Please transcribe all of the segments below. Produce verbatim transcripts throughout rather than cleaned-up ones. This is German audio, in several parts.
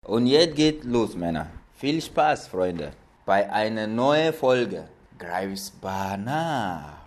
Und jetzt geht los, Männer. Viel Spaß, Freunde, bei einer neuen Folge Greifswald.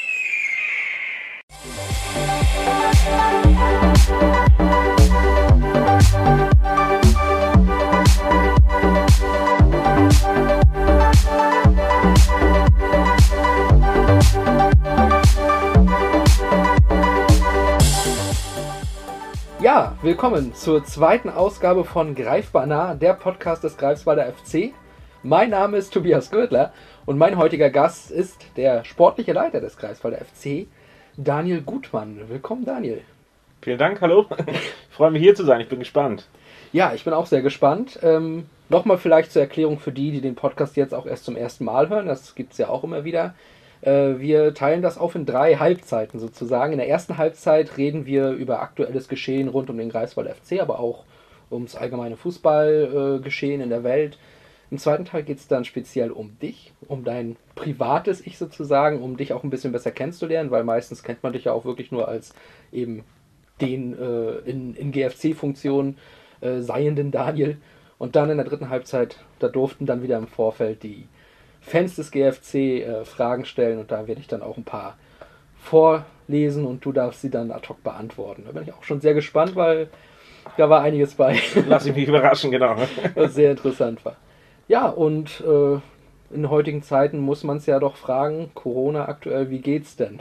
Ja, willkommen zur zweiten Ausgabe von Greifbar nah, der Podcast des Greifswalder F C. Mein Name ist Tobias Gödler und mein heutiger Gast ist der sportliche Leiter des Greifswalder F C, Daniel Gutmann. Willkommen, Daniel. Vielen Dank, hallo. Ich freue mich hier zu sein, ich bin gespannt. Ja, ich bin auch sehr gespannt. Ähm, Nochmal vielleicht zur Erklärung für die, die den Podcast jetzt auch erst zum ersten Mal hören, das gibt es ja auch immer wieder. Wir teilen das auf in drei Halbzeiten sozusagen. In der ersten Halbzeit reden wir über aktuelles Geschehen rund um den Greifswalder F C, aber auch ums allgemeine Fußballgeschehen in der Welt. Im zweiten Teil geht es dann speziell um dich, um dein privates Ich sozusagen, um dich auch ein bisschen besser kennenzulernen, weil meistens kennt man dich ja auch wirklich nur als eben den äh, in, in G F C-Funktion äh, seienden Daniel. Und dann in der dritten Halbzeit, da durften dann wieder im Vorfeld die Fans des G F C äh, Fragen stellen und da werde ich dann auch ein paar vorlesen und du darfst sie dann ad hoc beantworten. Da bin ich auch schon sehr gespannt, weil da war einiges bei. Lass ich mich überraschen, genau. Was sehr interessant war. Ja, und äh, in heutigen Zeiten muss man es ja doch fragen, Corona aktuell, wie geht's denn?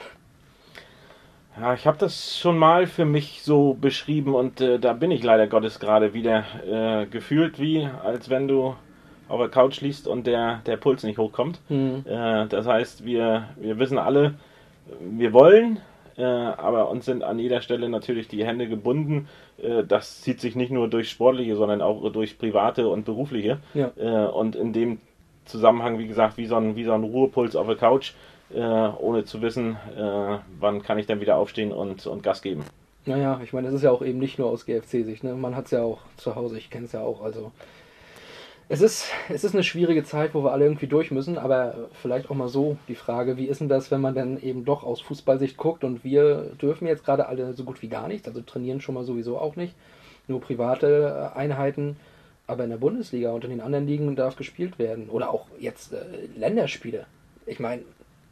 Ja, ich habe das schon mal für mich so beschrieben und äh, da bin ich leider Gottes gerade wieder äh, gefühlt wie, als wenn du auf der Couch liest und der, der Puls nicht hochkommt. Mhm. Äh, das heißt, wir, wir wissen alle, wir wollen, äh, aber uns sind an jeder Stelle natürlich die Hände gebunden. Äh, das zieht sich nicht nur durch sportliche, sondern auch durch private und berufliche. Ja. Äh, und in dem Zusammenhang, wie gesagt, wie so ein, wie so ein Ruhepuls auf der Couch, äh, ohne zu wissen, äh, wann kann ich dann wieder aufstehen und, und Gas geben. Naja, ich meine, das ist ja auch eben nicht nur aus G F C-Sicht. Ne? Man hat es ja auch zu Hause, ich kenne es ja auch, also Es ist, es ist eine schwierige Zeit, wo wir alle irgendwie durch müssen, aber vielleicht auch mal so die Frage, wie ist denn das, wenn man dann eben doch aus Fußballsicht guckt und wir dürfen jetzt gerade alle so gut wie gar nichts, also trainieren schon mal sowieso auch nicht, nur private Einheiten, aber in der Bundesliga und in den anderen Ligen darf gespielt werden oder auch jetzt äh, Länderspiele. Ich meine,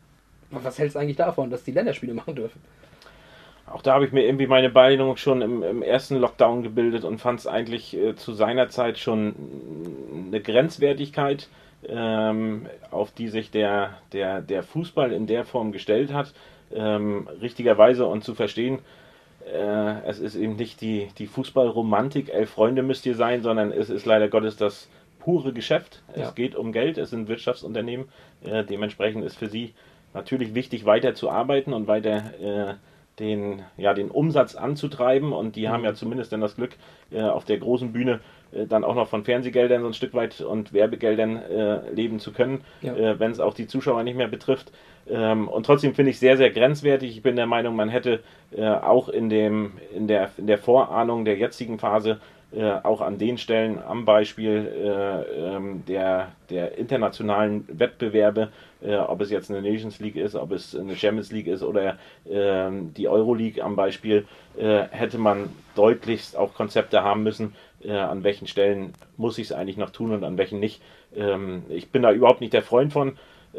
was hältst du eigentlich davon, dass die Länderspiele machen dürfen? Auch da habe ich mir irgendwie meine Meinung schon im, im ersten Lockdown gebildet und fand es eigentlich äh, zu seiner Zeit schon eine Grenzwertigkeit, ähm, auf die sich der, der, der Fußball in der Form gestellt hat. Ähm, richtigerweise und zu verstehen, äh, es ist eben nicht die, die Fußballromantik, elf Freunde müsst ihr sein, sondern es ist leider Gottes das pure Geschäft. Ja. Es geht um Geld, es sind Wirtschaftsunternehmen. Äh, dementsprechend ist für sie natürlich wichtig, weiter zu arbeiten und weiter äh, Den, ja, den Umsatz anzutreiben und die mhm. haben ja zumindest dann das Glück, äh, auf der großen Bühne äh, dann auch noch von Fernsehgeldern so ein Stück weit und Werbegeldern äh, leben zu können, ja. äh, wenn es auch die Zuschauer nicht mehr betrifft. Ähm, und trotzdem finde ich sehr, sehr grenzwertig. Ich bin der Meinung, man hätte äh, auch in, dem, in, der, in der Vorahnung der jetzigen Phase äh, auch an den Stellen am Beispiel äh, ähm, der, der internationalen Wettbewerbe, äh, ob es jetzt eine Nations League ist, ob es eine Champions League ist oder äh, die Euroleague am Beispiel, äh, hätte man deutlichst auch Konzepte haben müssen, äh, an welchen Stellen muss ich es eigentlich noch tun und an welchen nicht. Ähm, ich bin da überhaupt nicht der Freund von.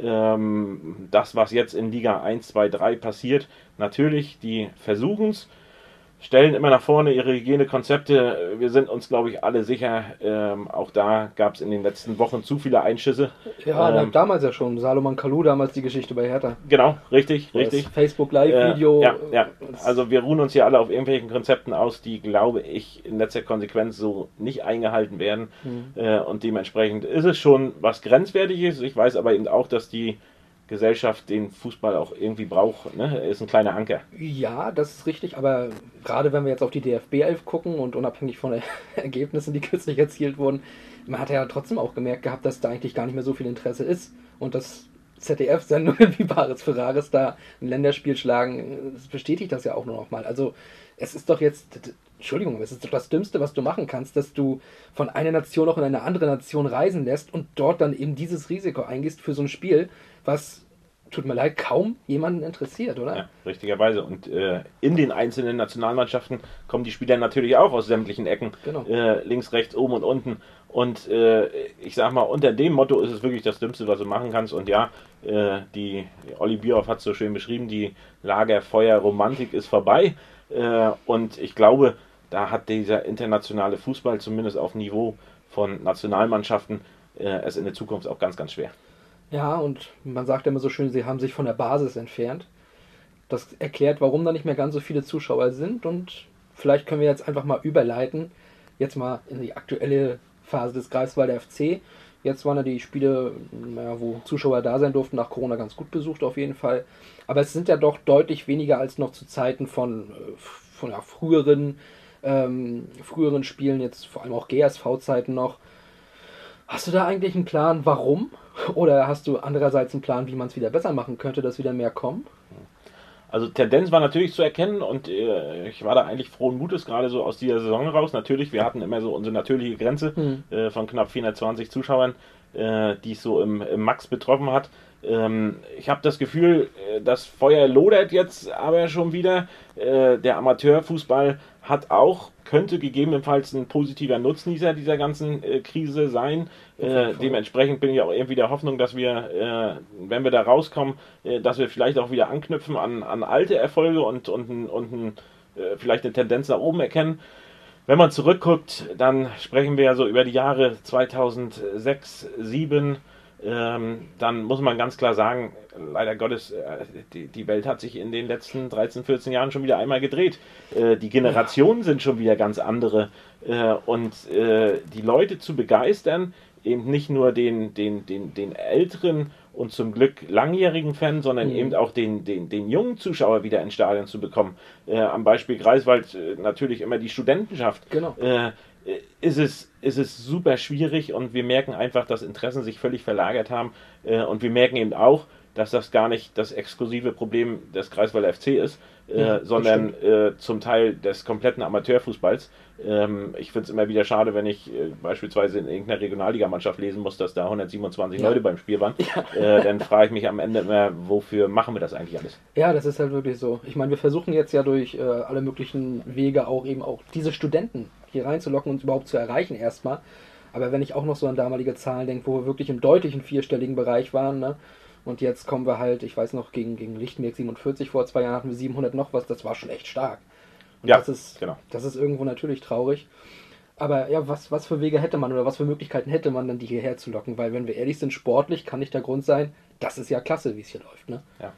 Ähm, das, was jetzt in Liga eins, zwei, drei passiert, natürlich, die versuchen es, stellen immer nach vorne ihre Hygienekonzepte. Wir sind uns, glaube ich, alle sicher, ähm, auch da gab es in den letzten Wochen zu viele Einschüsse. Ja, ähm, damals ja schon. Salomon Kalou, damals die Geschichte bei Hertha. Genau, richtig, richtig. Das Facebook-Live-Video. Äh, ja, ja, also wir ruhen uns hier alle auf irgendwelchen Konzepten aus, die, glaube ich, in letzter Konsequenz so nicht eingehalten werden. Mhm. Äh, und dementsprechend ist es schon was Grenzwertiges. Ich weiß aber eben auch, dass die Gesellschaft den Fußball auch irgendwie braucht. Ne? Er ist ein kleiner Anker. Ja, das ist richtig, aber gerade wenn wir jetzt auf die D F B elf gucken und unabhängig von den Ergebnissen, die kürzlich erzielt wurden, man hat ja trotzdem auch gemerkt gehabt, dass da eigentlich gar nicht mehr so viel Interesse ist und dass Z D F-Sendungen wie Bares Ferraris da ein Länderspiel schlagen, das bestätigt das ja auch nur noch mal. Also es ist doch jetzt, Entschuldigung, aber es ist doch das Dümmste, was du machen kannst, dass du von einer Nation auch in eine andere Nation reisen lässt und dort dann eben dieses Risiko eingehst für so ein Spiel, was tut mir leid, kaum jemanden interessiert, oder? Ja, richtigerweise. Und äh, in den einzelnen Nationalmannschaften kommen die Spieler natürlich auch aus sämtlichen Ecken. Genau. Äh, links, rechts, oben und unten. Und äh, ich sag mal, unter dem Motto ist es wirklich das Dümmste, was du machen kannst. Und ja, äh, die Olli Bierhoff hat es so schön beschrieben, die Lagerfeuer-Romantik ist vorbei. Äh, und ich glaube, da hat dieser internationale Fußball zumindest auf Niveau von Nationalmannschaften äh, es in der Zukunft auch ganz, ganz schwer. Ja, und man sagt ja immer so schön, sie haben sich von der Basis entfernt. Das erklärt, warum da nicht mehr ganz so viele Zuschauer sind. Und vielleicht können wir jetzt einfach mal überleiten, jetzt mal in die aktuelle Phase des Greifswalder F C. Jetzt waren ja die Spiele, naja, wo Zuschauer da sein durften, nach Corona ganz gut besucht auf jeden Fall. Aber es sind ja doch deutlich weniger als noch zu Zeiten von, von ja, früheren, ähm, früheren Spielen, jetzt vor allem auch G S V-Zeiten noch. Hast du da eigentlich einen Plan, warum? Oder hast du andererseits einen Plan, wie man es wieder besser machen könnte, dass wieder mehr kommen? Also Tendenz war natürlich zu erkennen und äh, ich war da eigentlich frohen Mutes, gerade so aus dieser Saison raus. Natürlich, wir hatten immer so unsere natürliche Grenze hm. äh, von knapp vierhundertzwanzig Zuschauern, äh, die es so im, im Max betroffen hat. Ähm, ich habe das Gefühl, äh, das Feuer lodert jetzt aber schon wieder. Äh, der Amateurfußball hat auch, könnte gegebenenfalls ein positiver Nutznießer dieser ganzen äh, Krise sein. Äh, dementsprechend bin ich auch irgendwie der Hoffnung, dass wir, äh, wenn wir da rauskommen, äh, dass wir vielleicht auch wieder anknüpfen an, an alte Erfolge und, und, und äh, vielleicht eine Tendenz nach oben erkennen. Wenn man zurückguckt, dann sprechen wir ja so über die Jahre zweitausendsechs, zweitausendsieben. Ähm, dann muss man ganz klar sagen, leider Gottes, äh, die, die Welt hat sich in den letzten dreizehn, vierzehn Jahren schon wieder einmal gedreht. Äh, die Generationen sind schon wieder ganz andere. Äh, und äh, die Leute zu begeistern, eben nicht nur den, den, den, den älteren und zum Glück langjährigen Fan, sondern mhm. eben auch den, den, den jungen Zuschauer wieder ins Stadion zu bekommen. Äh, am Beispiel Greifswald äh, natürlich immer die Studentenschaft. Genau. Äh, ist es, ist es super schwierig und wir merken einfach, dass Interessen sich völlig verlagert haben äh, und wir merken eben auch, dass das gar nicht das exklusive Problem des Greifswalder F C ist, äh, ja, sondern äh, zum Teil des kompletten Amateurfußballs. Ähm, ich finde es immer wieder schade, wenn ich äh, beispielsweise in irgendeiner Regionalligamannschaft lesen muss, dass da hundertsiebenundzwanzig ja. Leute beim Spiel waren. Ja. Äh, dann frage ich mich am Ende immer, wofür machen wir das eigentlich alles? Ja, das ist halt wirklich so. Ich meine, wir versuchen jetzt ja durch äh, alle möglichen Wege auch eben auch diese Studenten hier reinzulocken und überhaupt zu erreichen erstmal. Aber wenn ich auch noch so an damalige Zahlen denke, wo wir wirklich im deutlichen vierstelligen Bereich waren, ne? Und jetzt kommen wir halt, ich weiß noch, gegen, gegen Lichtenberg siebenundvierzig, vor zwei Jahren hatten wir siebenhundert noch was, das war schon echt stark. Und ja, das ist, genau. das ist irgendwo natürlich traurig. Aber ja, was, was für Wege hätte man oder was für Möglichkeiten hätte man dann, die hierher zu locken? Weil wenn wir ehrlich sind, sportlich kann nicht der Grund sein, das ist ja klasse, wie es hier läuft. Ne? Ja.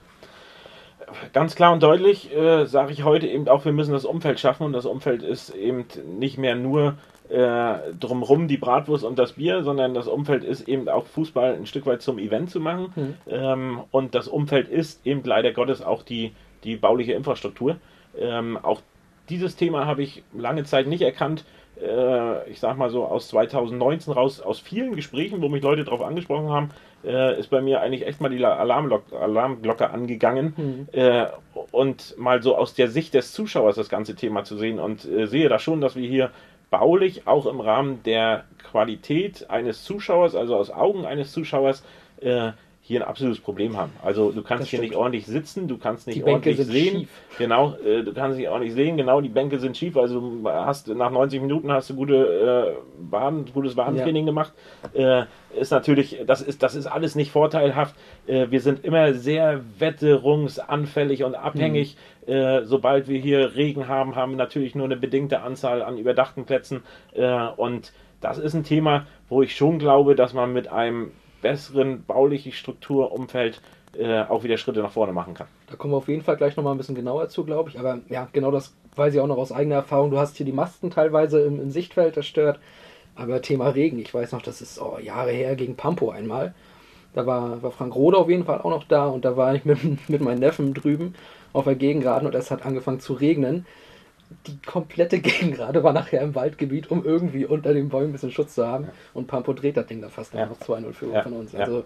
Ganz klar und deutlich äh, sage ich heute eben auch, wir müssen das Umfeld schaffen und das Umfeld ist eben nicht mehr nur äh, drumherum die Bratwurst und das Bier, sondern das Umfeld ist eben auch Fußball ein Stück weit zum Event zu machen mhm. ähm, und das Umfeld ist eben leider Gottes auch die, die bauliche Infrastruktur. Ähm, auch dieses Thema habe ich lange Zeit nicht erkannt. Äh, ich sag mal so aus zweitausendneunzehn raus, aus vielen Gesprächen, wo mich Leute darauf angesprochen haben, äh, ist bei mir eigentlich echt mal die Alarmglocke, Alarmglocke angegangen. Mhm. Äh, und mal so aus der Sicht des Zuschauers das ganze Thema zu sehen und äh, sehe da schon, dass wir hier baulich auch im Rahmen der Qualität eines Zuschauers, also aus Augen eines Zuschauers, äh, hier ein absolutes Problem haben. Also du kannst hier nicht ordentlich sitzen, du kannst nicht ordentlich sehen. Schief. Genau, äh, du kannst nicht ordentlich sehen, genau, die Bänke sind schief, also du hast nach neunzig Minuten hast du gute äh, Waden, gutes Wadentraining ja. gemacht. Äh, ist natürlich, das ist, das ist alles nicht vorteilhaft. Äh, wir sind immer sehr wetterungsanfällig und abhängig. Mhm. Äh, sobald wir hier Regen haben, haben wir natürlich nur eine bedingte Anzahl an überdachten Plätzen. Äh, und das ist ein Thema, wo ich schon glaube, dass man mit einem besseren baulichen Strukturumfeld äh, auch wieder Schritte nach vorne machen kann. Da kommen wir auf jeden Fall gleich nochmal ein bisschen genauer zu, glaube ich. Aber ja, genau das weiß ich auch noch aus eigener Erfahrung. Du hast hier die Masten teilweise im, im Sichtfeld zerstört. Aber Thema Regen, ich weiß noch, das ist oh, Jahre her gegen Pampo einmal. Da war, war Frank Rode auf jeden Fall auch noch da und da war ich mit, mit meinen Neffen drüben auf der Gegengraden und es hat angefangen zu regnen. Die komplette Gegengrade war nachher im Waldgebiet, um irgendwie unter den Bäumen ein bisschen Schutz zu haben. Und Pampo dreht das Ding da fast ja. noch zwei null Führung ja. von uns. Also,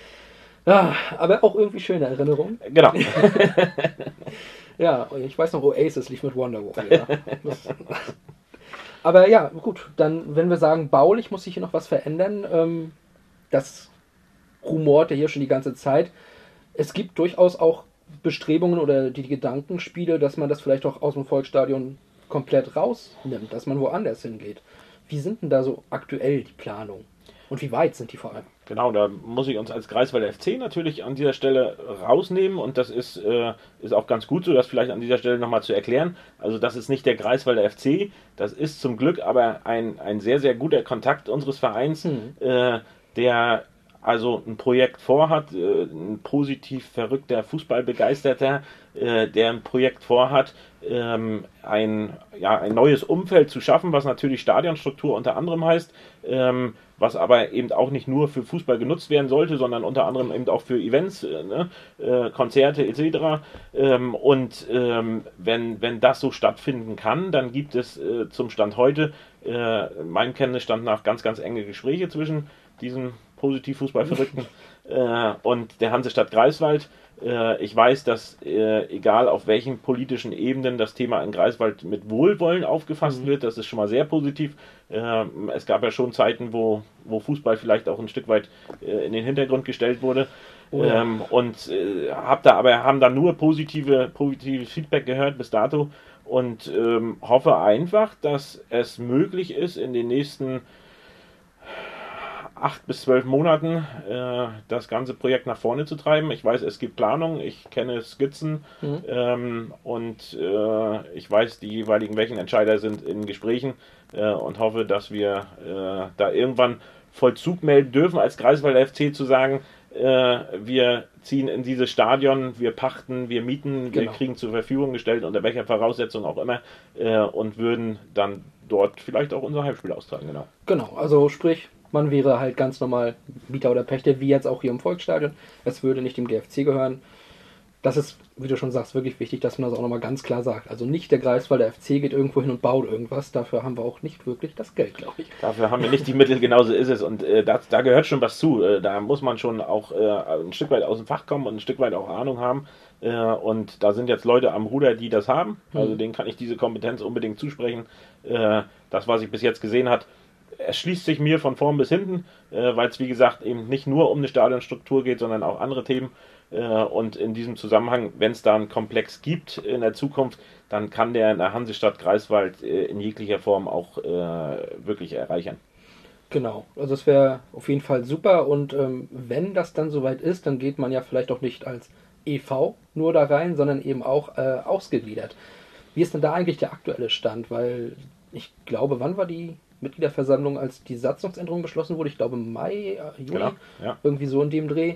ja. aber auch irgendwie schöne Erinnerung. Genau. Ja, und ich weiß noch, Oasis lief mit Wonderwall. Ja. Aber ja, gut, dann, wenn wir sagen, baulich muss sich hier noch was verändern, ähm, das rumort ja hier schon die ganze Zeit. es gibt durchaus auch Bestrebungen oder die Gedankenspiele, dass man das vielleicht auch aus dem Volksstadion komplett rausnimmt, dass man woanders hingeht. Wie sind denn da so aktuell die Planungen? Und wie weit sind die vor allem? Genau, da muss ich uns als Greifswalder F C natürlich an dieser Stelle rausnehmen und das ist, äh, ist auch ganz gut so, das vielleicht an dieser Stelle nochmal zu erklären. Also das ist nicht der Greifswalder F C, das ist zum Glück aber ein, ein sehr, sehr guter Kontakt unseres Vereins, mhm. äh, der also ein Projekt vorhat, äh, ein positiv verrückter Fußballbegeisterter, äh, der ein Projekt vorhat, ähm, ein, ja, ein neues Umfeld zu schaffen, was natürlich Stadionstruktur unter anderem heißt, ähm, was aber eben auch nicht nur für Fußball genutzt werden sollte, sondern unter anderem eben auch für Events, äh, ne, äh, Konzerte et cetera. Ähm, und ähm, wenn, wenn das so stattfinden kann, dann gibt es äh, zum Stand heute, äh, meinem Kenntnisstand nach, ganz, ganz enge Gespräche zwischen diesen Positiv-Fußballverrückten äh, und der Hansestadt Greifswald. Äh, ich weiß, dass äh, egal auf welchen politischen Ebenen das Thema in Greifswald mit Wohlwollen aufgefasst mhm. wird, das ist schon mal sehr positiv. Äh, es gab ja schon Zeiten, wo, wo Fußball vielleicht auch ein Stück weit äh, in den Hintergrund gestellt wurde. Oh ja. ähm, und äh, hab da aber haben da nur positive, positive Feedback gehört bis dato und ähm, hoffe einfach, dass es möglich ist, in den nächsten acht bis zwölf Monaten äh, das ganze Projekt nach vorne zu treiben. Ich weiß, es gibt Planungen, ich kenne Skizzen mhm. ähm, und äh, ich weiß, die jeweiligen welchen Entscheider sind in Gesprächen äh, und hoffe, dass wir äh, da irgendwann Vollzug melden dürfen, als Greifswalder F C zu sagen, äh, wir ziehen in dieses Stadion, wir pachten, wir mieten, genau. wir kriegen zur Verfügung gestellt, unter welcher Voraussetzung auch immer äh, und würden dann dort vielleicht auch unser Heimspiel austragen. Genau, genau, also sprich, man wäre halt ganz normal Mieter oder Pächter, wie jetzt auch hier im Volksstadion. Es würde nicht dem G F C gehören. Das ist, wie du schon sagst, wirklich wichtig, dass man das auch nochmal ganz klar sagt. Also nicht der Greifswalder F C geht irgendwo hin und baut irgendwas. Dafür haben wir auch nicht wirklich das Geld, glaube ich. Dafür haben wir nicht die Mittel, genauso ist es. Und äh, da, da gehört schon was zu. Äh, da muss man schon auch äh, ein Stück weit aus dem Fach kommen und ein Stück weit auch Ahnung haben. Äh, und da sind jetzt Leute am Ruder, die das haben. Also mhm. denen kann ich diese Kompetenz unbedingt zusprechen. Äh, das, was ich bis jetzt gesehen habe, es schließt sich mir von vorn bis hinten, äh, weil es wie gesagt eben nicht nur um eine Stadionstruktur geht, sondern auch andere Themen. Äh, und in diesem Zusammenhang, wenn es da einen Komplex gibt in der Zukunft, dann kann der in der Hansestadt Greifswald äh, in jeglicher Form auch äh, wirklich erreichern. Genau, also es wäre auf jeden Fall super und ähm, wenn das dann soweit ist, dann geht man ja vielleicht auch nicht als E V nur da rein, sondern eben auch äh, ausgegliedert. Wie ist denn da eigentlich der aktuelle Stand? Weil ich glaube, wann war die Mitgliederversammlung, als die Satzungsänderung beschlossen wurde? Ich glaube Mai, Juni, genau, ja. Irgendwie so in dem Dreh.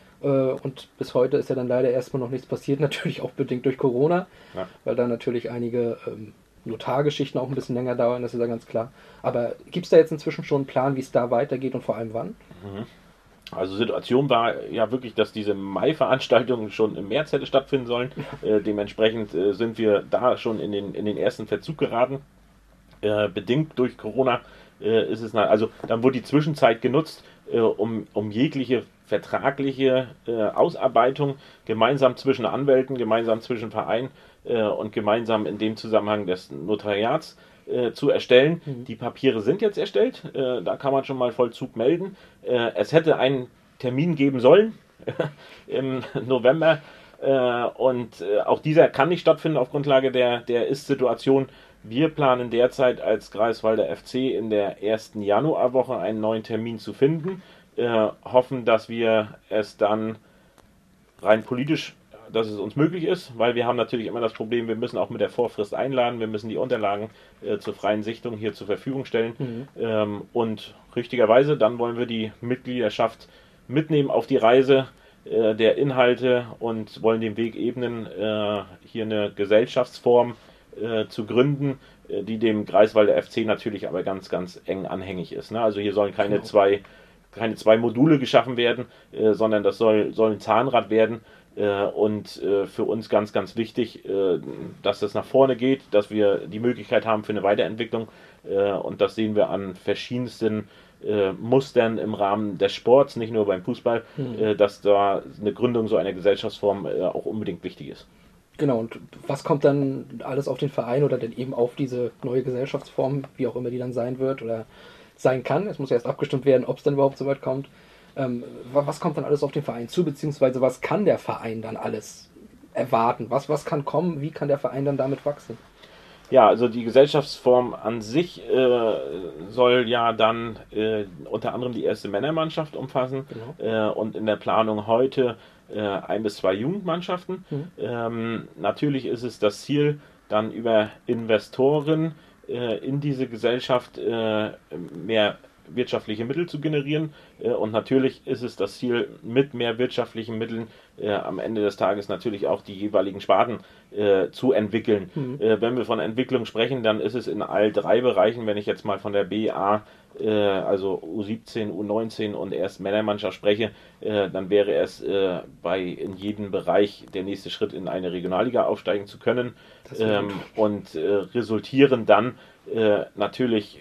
Und bis heute ist ja dann leider erstmal noch nichts passiert, natürlich auch bedingt durch Corona, ja. weil da natürlich einige ähm, Notargeschichten auch ein bisschen länger dauern, das ist ja ganz klar. Aber gibt es da jetzt inzwischen schon einen Plan, wie es da weitergeht und vor allem wann? Also Situation war ja wirklich, dass diese Mai-Veranstaltung schon im März hätte stattfinden sollen. Ja. Äh, dementsprechend äh, sind wir da schon in den, in den ersten Verzug geraten. Äh, bedingt durch Corona äh, ist es, also dann wurde die Zwischenzeit genutzt, äh, um, um jegliche vertragliche äh, Ausarbeitung gemeinsam zwischen Anwälten, gemeinsam zwischen Verein äh, und gemeinsam in dem Zusammenhang des Notariats äh, zu erstellen. Mhm. Die Papiere sind jetzt erstellt, äh, da kann man schon mal Vollzug melden. Äh, es hätte einen Termin geben sollen im November äh, und äh, auch dieser kann nicht stattfinden auf Grundlage der, der Ist-Situation. Wir planen derzeit als Greifswalder F C in der ersten Januarwoche einen neuen Termin zu finden, äh, hoffen, dass wir es dann rein politisch, dass es uns möglich ist, weil wir haben natürlich immer das Problem, wir müssen auch mit der Vorfrist einladen, wir müssen die Unterlagen äh, zur freien Sichtung hier zur Verfügung stellen mhm. ähm, und richtigerweise, dann wollen wir die Mitgliedschaft mitnehmen auf die Reise äh, der Inhalte und wollen den Weg ebnen, äh, hier eine Gesellschaftsform Äh, zu gründen, äh, die dem Greifswalder F C natürlich aber ganz, ganz eng anhängig ist. Ne? Also hier sollen keine, genau. zwei, keine zwei Module geschaffen werden, äh, sondern das soll, soll ein Zahnrad werden äh, und äh, für uns ganz, ganz wichtig, äh, dass das nach vorne geht, dass wir die Möglichkeit haben für eine Weiterentwicklung äh, und das sehen wir an verschiedensten äh, Mustern im Rahmen des Sports, nicht nur beim Fußball, mhm. äh, dass da eine Gründung so einer Gesellschaftsform äh, auch unbedingt wichtig ist. Genau, und was kommt dann alles auf den Verein oder denn eben auf diese neue Gesellschaftsform, wie auch immer die dann sein wird oder sein kann? Es muss erst abgestimmt werden, ob es dann überhaupt so weit kommt. Ähm, was kommt dann alles auf den Verein zu, beziehungsweise was kann der Verein dann alles erwarten? Was, was kann kommen? Wie kann der Verein dann damit wachsen? Ja, also die Gesellschaftsform an sich äh, soll ja dann äh, unter anderem die erste Männermannschaft umfassen, genau. äh, und in der Planung heute äh, ein bis zwei Jugendmannschaften. Mhm. Ähm, natürlich ist es das Ziel, dann über Investoren äh, in diese Gesellschaft äh, mehr wirtschaftliche Mittel zu generieren, äh, und natürlich ist es das Ziel, mit mehr wirtschaftlichen Mitteln äh, am Ende des Tages natürlich auch die jeweiligen Sparten äh, zu entwickeln. Mhm. Äh, wenn wir von Entwicklung sprechen, dann ist es in all drei Bereichen, wenn ich jetzt mal von der B A, äh, also U siebzehn, U neunzehn und erst Männermannschaft spreche, äh, dann wäre es äh, bei in jedem Bereich der nächste Schritt, in eine Regionalliga aufsteigen zu können, ähm, und äh, resultieren dann äh, natürlich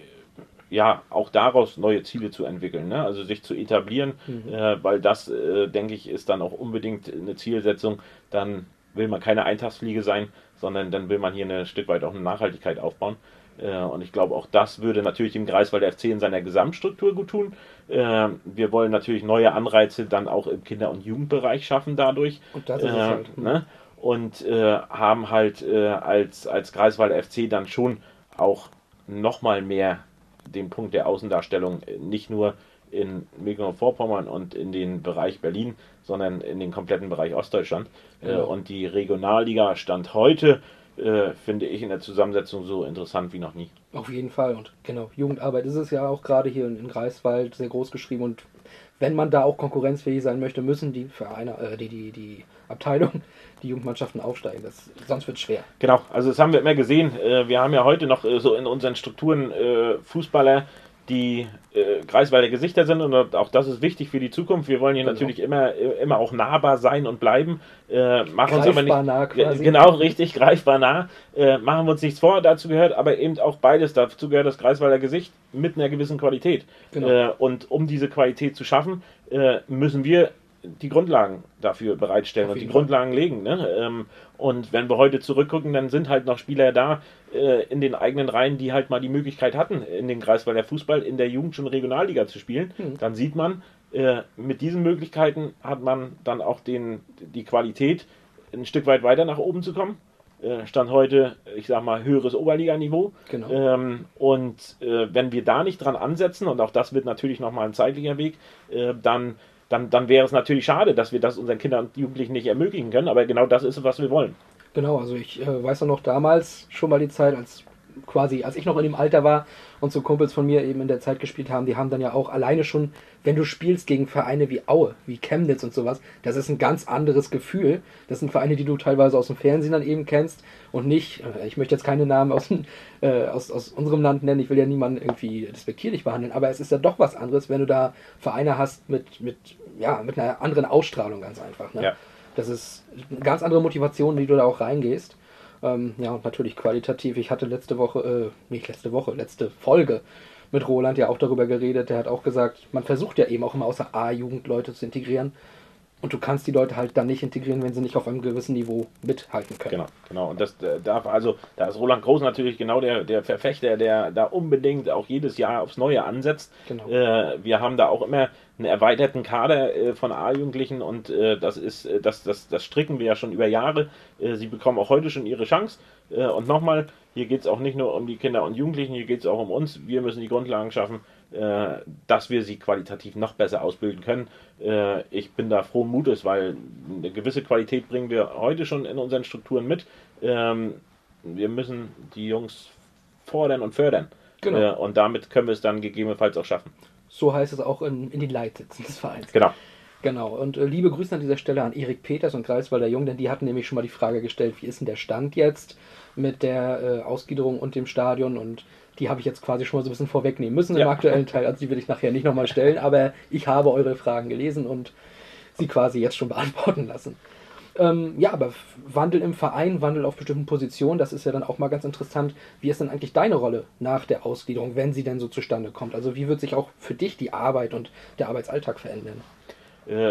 ja, auch daraus neue Ziele zu entwickeln, ne? Also sich zu etablieren, mhm. äh, weil das, äh, denke ich, ist dann auch unbedingt eine Zielsetzung. Dann will man keine Eintagsfliege sein, sondern dann will man hier ein Stück weit auch eine Nachhaltigkeit aufbauen. Äh, und ich glaube, auch das würde natürlich dem Greifswalder F C in seiner Gesamtstruktur gut tun. Äh, wir wollen natürlich neue Anreize dann auch im Kinder- und Jugendbereich schaffen dadurch. Und das ist äh, es halt. Ne? Und äh, haben halt äh, als, als Greifswalder F C dann schon auch nochmal mehr den Punkt der Außendarstellung nicht nur in Mecklenburg-Vorpommern und in den Bereich Berlin, sondern in den kompletten Bereich Ostdeutschland. Genau. Und die Regionalliga Stand heute äh, finde ich in der Zusammensetzung so interessant wie noch nie. Auf jeden Fall. Und genau, Jugendarbeit ist es ja auch gerade hier in, in Greifswald sehr groß geschrieben. Und wenn man da auch konkurrenzfähig sein möchte, müssen die Vereine, äh, die, die, die Abteilung, die Jugendmannschaften aufsteigen. Das, sonst wird es schwer. Genau, also das haben wir immer gesehen. Wir haben ja heute noch so in unseren Strukturen Fußballer, die äh, Greifswalder Gesichter sind, und auch das ist wichtig für die Zukunft. Wir wollen hier genau. natürlich immer, immer auch nahbar sein und bleiben. Äh, machen uns aber nicht, nah quasi. Genau, richtig, greifbar nah. Äh, machen wir uns nichts vor, dazu gehört aber eben auch beides. Dazu gehört das Greifswalder Gesicht mit einer gewissen Qualität. Genau. Äh, und um diese Qualität zu schaffen, äh, müssen wir die Grundlagen dafür bereitstellen und die Fall. Grundlagen legen. Ne? Ähm, und wenn wir heute zurückgucken, dann sind halt noch Spieler da äh, in den eigenen Reihen, die halt mal die Möglichkeit hatten, in den Greifswalder Fußball in der Jugend schon Regionalliga zu spielen. Hm. Dann sieht man, äh, mit diesen Möglichkeiten hat man dann auch den, die Qualität, ein Stück weit weiter nach oben zu kommen. Äh, Stand heute, ich sag mal, höheres Oberliganiveau. Genau. Ähm, und äh, wenn wir da nicht dran ansetzen, und auch das wird natürlich nochmal ein zeitlicher Weg, äh, dann Dann, dann wäre es natürlich schade, dass wir das unseren Kindern und Jugendlichen nicht ermöglichen können, aber genau das ist es, was wir wollen. Genau, also ich äh, weiß auch noch damals schon mal die Zeit, als quasi, als ich noch in dem Alter war und so Kumpels von mir eben in der Zeit gespielt haben, die haben dann ja auch alleine schon, wenn du spielst gegen Vereine wie Aue, wie Chemnitz und sowas, das ist ein ganz anderes Gefühl. Das sind Vereine, die du teilweise aus dem Fernsehen dann eben kennst und nicht, ich möchte jetzt keine Namen aus, äh, aus, aus unserem Land nennen, ich will ja niemanden irgendwie despektierlich behandeln, aber es ist ja doch was anderes, wenn du da Vereine hast mit, mit, ja, mit einer anderen Ausstrahlung ganz einfach. Ne? Ja. Das ist eine ganz andere Motivation, wie du da auch reingehst. Ähm, ja, und natürlich qualitativ. Ich hatte letzte Woche, äh, nicht letzte Woche, letzte Folge mit Roland ja auch darüber geredet. Der hat auch gesagt, man versucht ja eben auch immer außer A-Jugend Leute zu integrieren. Und du kannst die Leute halt dann nicht integrieren, wenn sie nicht auf einem gewissen Niveau mithalten können. Genau, genau. Und das äh, darf also, da ist Roland Groß natürlich genau der, der Verfechter, der da unbedingt auch jedes Jahr aufs Neue ansetzt. Genau. Äh, wir haben da auch immer einen erweiterten Kader äh, von A-Jugendlichen und äh, das ist, äh, das, das, das stricken wir ja schon über Jahre. Äh, sie bekommen auch heute schon ihre Chance. Äh, und nochmal, hier geht es auch nicht nur um die Kinder und Jugendlichen, hier geht es auch um uns. Wir müssen die Grundlagen schaffen, äh, dass wir sie qualitativ noch besser ausbilden können. Äh, ich bin da frohen Mutes, weil eine gewisse Qualität bringen wir heute schon in unseren Strukturen mit. Ähm, wir müssen die Jungs fordern und fördern. Genau. Äh, und damit können wir es dann gegebenenfalls auch schaffen. So heißt es auch in, in den Leitsitzen des Vereins. Genau. Genau, und äh, liebe Grüße an dieser Stelle an Erik Peters und Greifswalder Jung, denn die hatten nämlich schon mal die Frage gestellt, wie ist denn der Stand jetzt mit der äh, Ausgliederung und dem Stadion, und die habe ich jetzt quasi schon mal so ein bisschen vorwegnehmen müssen ja. im aktuellen Teil, also die will ich nachher nicht nochmal stellen, aber ich habe eure Fragen gelesen und sie quasi jetzt schon beantworten lassen. Ähm, ja, aber Wandel im Verein, Wandel auf bestimmten Positionen, das ist ja dann auch mal ganz interessant. Wie ist denn eigentlich deine Rolle nach der Ausgliederung, wenn sie denn so zustande kommt? Also wie wird sich auch für dich die Arbeit und der Arbeitsalltag verändern? Äh, ich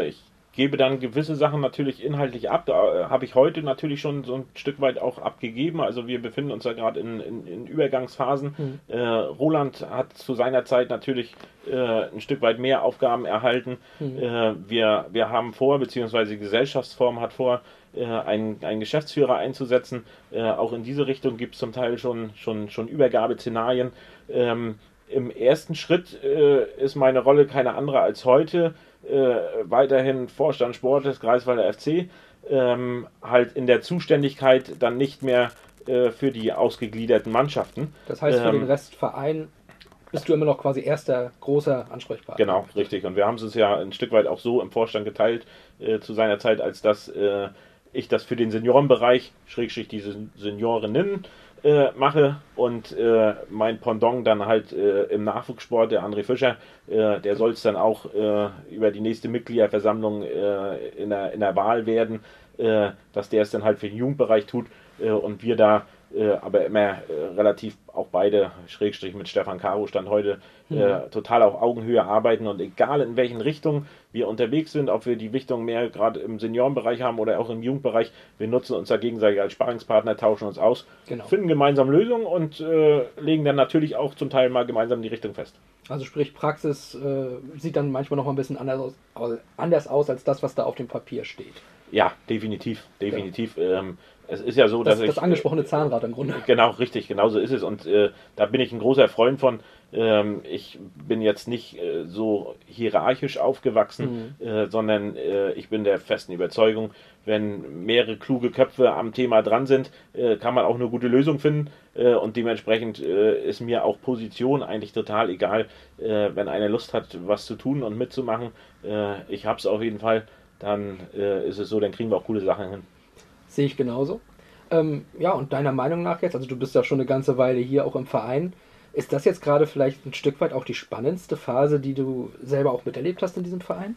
gebe dann gewisse Sachen natürlich inhaltlich ab. Da habe ich heute natürlich schon so ein Stück weit auch abgegeben. Also wir befinden uns ja gerade in, in, in Übergangsphasen. Mhm. Äh, Roland hat zu seiner Zeit natürlich äh, ein Stück weit mehr Aufgaben erhalten. Mhm. Äh, wir, wir haben vor, beziehungsweise die Gesellschaftsform hat vor, äh, einen, einen Geschäftsführer einzusetzen. Äh, auch in diese Richtung gibt es zum Teil schon, schon, schon Übergabeszenarien. Ähm, Im ersten Schritt äh, ist meine Rolle keine andere als heute. Äh, weiterhin Vorstand Sport des Greifswalder F C, ähm, halt in der Zuständigkeit dann nicht mehr äh, für die ausgegliederten Mannschaften. Das heißt, für ähm, den Restverein bist du immer noch quasi erster großer Ansprechpartner. Genau, richtig. Und wir haben es ja ein Stück weit auch so im Vorstand geteilt äh, zu seiner Zeit, als dass äh, ich das für den Seniorenbereich, Schrägstrich diese Seniorinnen, Äh, mache und äh, mein Pendant dann halt äh, im Nachwuchssport, der André Fischer, äh, der soll es dann auch äh, über die nächste Mitgliederversammlung äh, in, der, in der Wahl werden, äh, dass der es dann halt für den Jugendbereich tut äh, und wir da äh, aber immer äh, relativ auch beide, Schrägstrich mit Stefan Caro stand heute, äh, mhm. total auf Augenhöhe arbeiten und egal in welchen Richtungen wir unterwegs sind, ob wir die Richtung mehr gerade im Seniorenbereich haben oder auch im Jugendbereich, wir nutzen uns da gegenseitig als Sparringspartner, tauschen uns aus, genau. finden gemeinsam Lösungen und äh, legen dann natürlich auch zum Teil mal gemeinsam die Richtung fest. Also sprich, Praxis äh, sieht dann manchmal noch mal ein bisschen anders aus, anders aus als das, was da auf dem Papier steht. Ja, definitiv, definitiv. Ja. Ähm, es ist ja so, das, dass das ich... angesprochene Zahnrad im Grunde. Genau, richtig, genau so ist es. Und äh, da bin ich ein großer Freund von. Ähm, ich bin jetzt nicht äh, so hierarchisch aufgewachsen, mhm. äh, sondern äh, ich bin der festen Überzeugung, wenn mehrere kluge Köpfe am Thema dran sind, äh, kann man auch eine gute Lösung finden. Äh, und dementsprechend äh, ist mir auch Position eigentlich total egal, äh, wenn einer Lust hat, was zu tun und mitzumachen. Äh, ich habe es auf jeden Fall. Dann äh, ist es so, dann kriegen wir auch coole Sachen hin. Sehe ich genauso. Ähm, ja, und deiner Meinung nach jetzt, also du bist ja schon eine ganze Weile hier auch im Verein, ist das jetzt gerade vielleicht ein Stück weit auch die spannendste Phase, die du selber auch miterlebt hast in diesem Verein?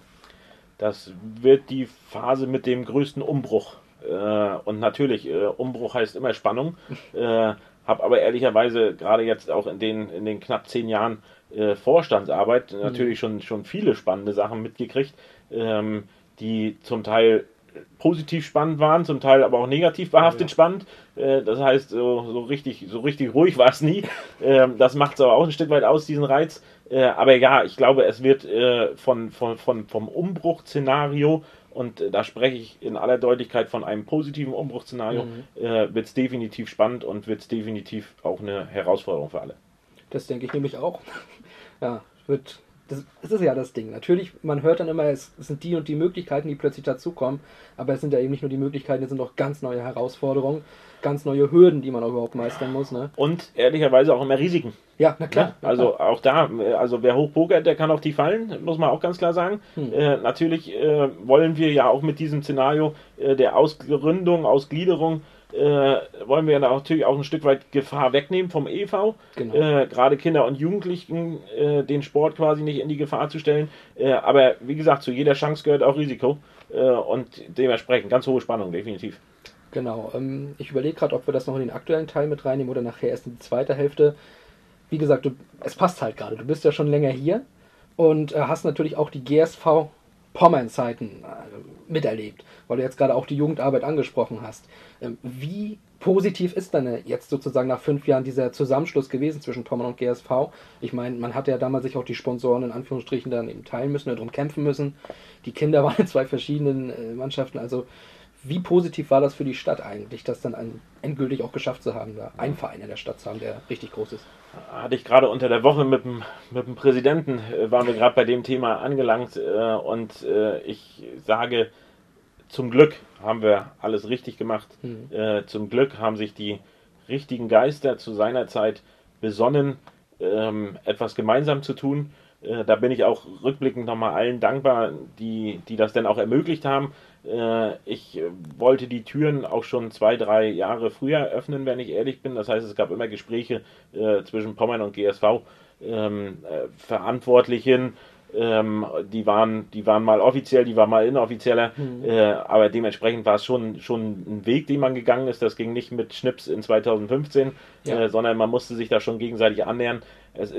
Das wird die Phase mit dem größten Umbruch. Äh, und natürlich, äh, Umbruch heißt immer Spannung. äh, habe aber ehrlicherweise gerade jetzt auch in den, in den knapp zehn Jahren äh, Vorstandsarbeit mhm. natürlich schon, schon viele spannende Sachen mitgekriegt, ähm, die zum Teil positiv spannend waren, zum Teil aber auch negativ behaftet ja. spannend. Äh, das heißt, so, so, richtig, so richtig ruhig war es nie. Ähm, das macht es aber auch ein Stück weit aus, diesen Reiz. Äh, aber ja, ich glaube, es wird äh, von, von, von, vom Umbruchszenario, und äh, da spreche ich in aller Deutlichkeit von einem positiven Umbruchszenario, mhm. äh, wird es definitiv spannend und wird es definitiv auch eine Herausforderung für alle. Das denke ich nämlich auch. Ja, wird... Das, das ist ja das Ding. Natürlich, man hört dann immer, es sind die und die Möglichkeiten, die plötzlich dazukommen, aber es sind ja eben nicht nur die Möglichkeiten, es sind auch ganz neue Herausforderungen, ganz neue Hürden, die man auch überhaupt meistern muss. Ne? Und ehrlicherweise auch immer Risiken. Ja, na klar. Ja, also auch da, also wer hochpokert, der kann auch tief fallen, muss man auch ganz klar sagen. Hm. Äh, natürlich äh, wollen wir ja auch mit diesem Szenario äh, der Ausgründung, Ausgliederung, Äh, wollen wir natürlich auch ein Stück weit Gefahr wegnehmen vom E V. Genau. Äh, gerade Kinder und Jugendlichen äh, den Sport quasi nicht in die Gefahr zu stellen. Äh, aber wie gesagt, zu jeder Chance gehört auch Risiko. Äh, und dementsprechend ganz hohe Spannung, definitiv. Genau. Ähm, ich überlege gerade, ob wir das noch in den aktuellen Teil mit reinnehmen oder nachher erst in die zweite Hälfte. Wie gesagt, du, es passt halt gerade. Du bist ja schon länger hier und äh, hast natürlich auch die G S V Pommern-Zeiten äh, miterlebt, weil du jetzt gerade auch die Jugendarbeit angesprochen hast. Ähm, wie positiv ist dann jetzt sozusagen nach fünf Jahren dieser Zusammenschluss gewesen zwischen Pommern und G S V? Ich meine, man hatte ja damals sich auch die Sponsoren in Anführungsstrichen dann eben teilen müssen oder darum kämpfen müssen. Die Kinder waren in zwei verschiedenen äh, Mannschaften. Also wie positiv war das für die Stadt eigentlich, das dann ein, endgültig auch geschafft zu haben, da einen Verein in der Stadt zu haben, der richtig groß ist? Hatte ich gerade unter der Woche mit dem, mit dem Präsidenten, äh, waren wir gerade bei dem Thema angelangt äh, und äh, ich sage, zum Glück haben wir alles richtig gemacht. Mhm. Äh, zum Glück haben sich die richtigen Geister zu seiner Zeit besonnen, ähm, etwas gemeinsam zu tun. Äh, da bin ich auch rückblickend nochmal allen dankbar, die, die das dann auch ermöglicht haben. Äh, ich wollte die Türen auch schon zwei, drei Jahre früher öffnen, wenn ich ehrlich bin. Das heißt, es gab immer Gespräche äh, zwischen Pommern und G S V. Ähm, äh, Verantwortlichen, ähm, die waren, die waren mal offiziell, die waren mal inoffizieller, mhm. äh, aber dementsprechend war es schon, schon ein Weg, den man gegangen ist. Das ging nicht mit Schnips in zweitausendfünfzehn, ja. äh, sondern man musste sich da schon gegenseitig annähern. Es ist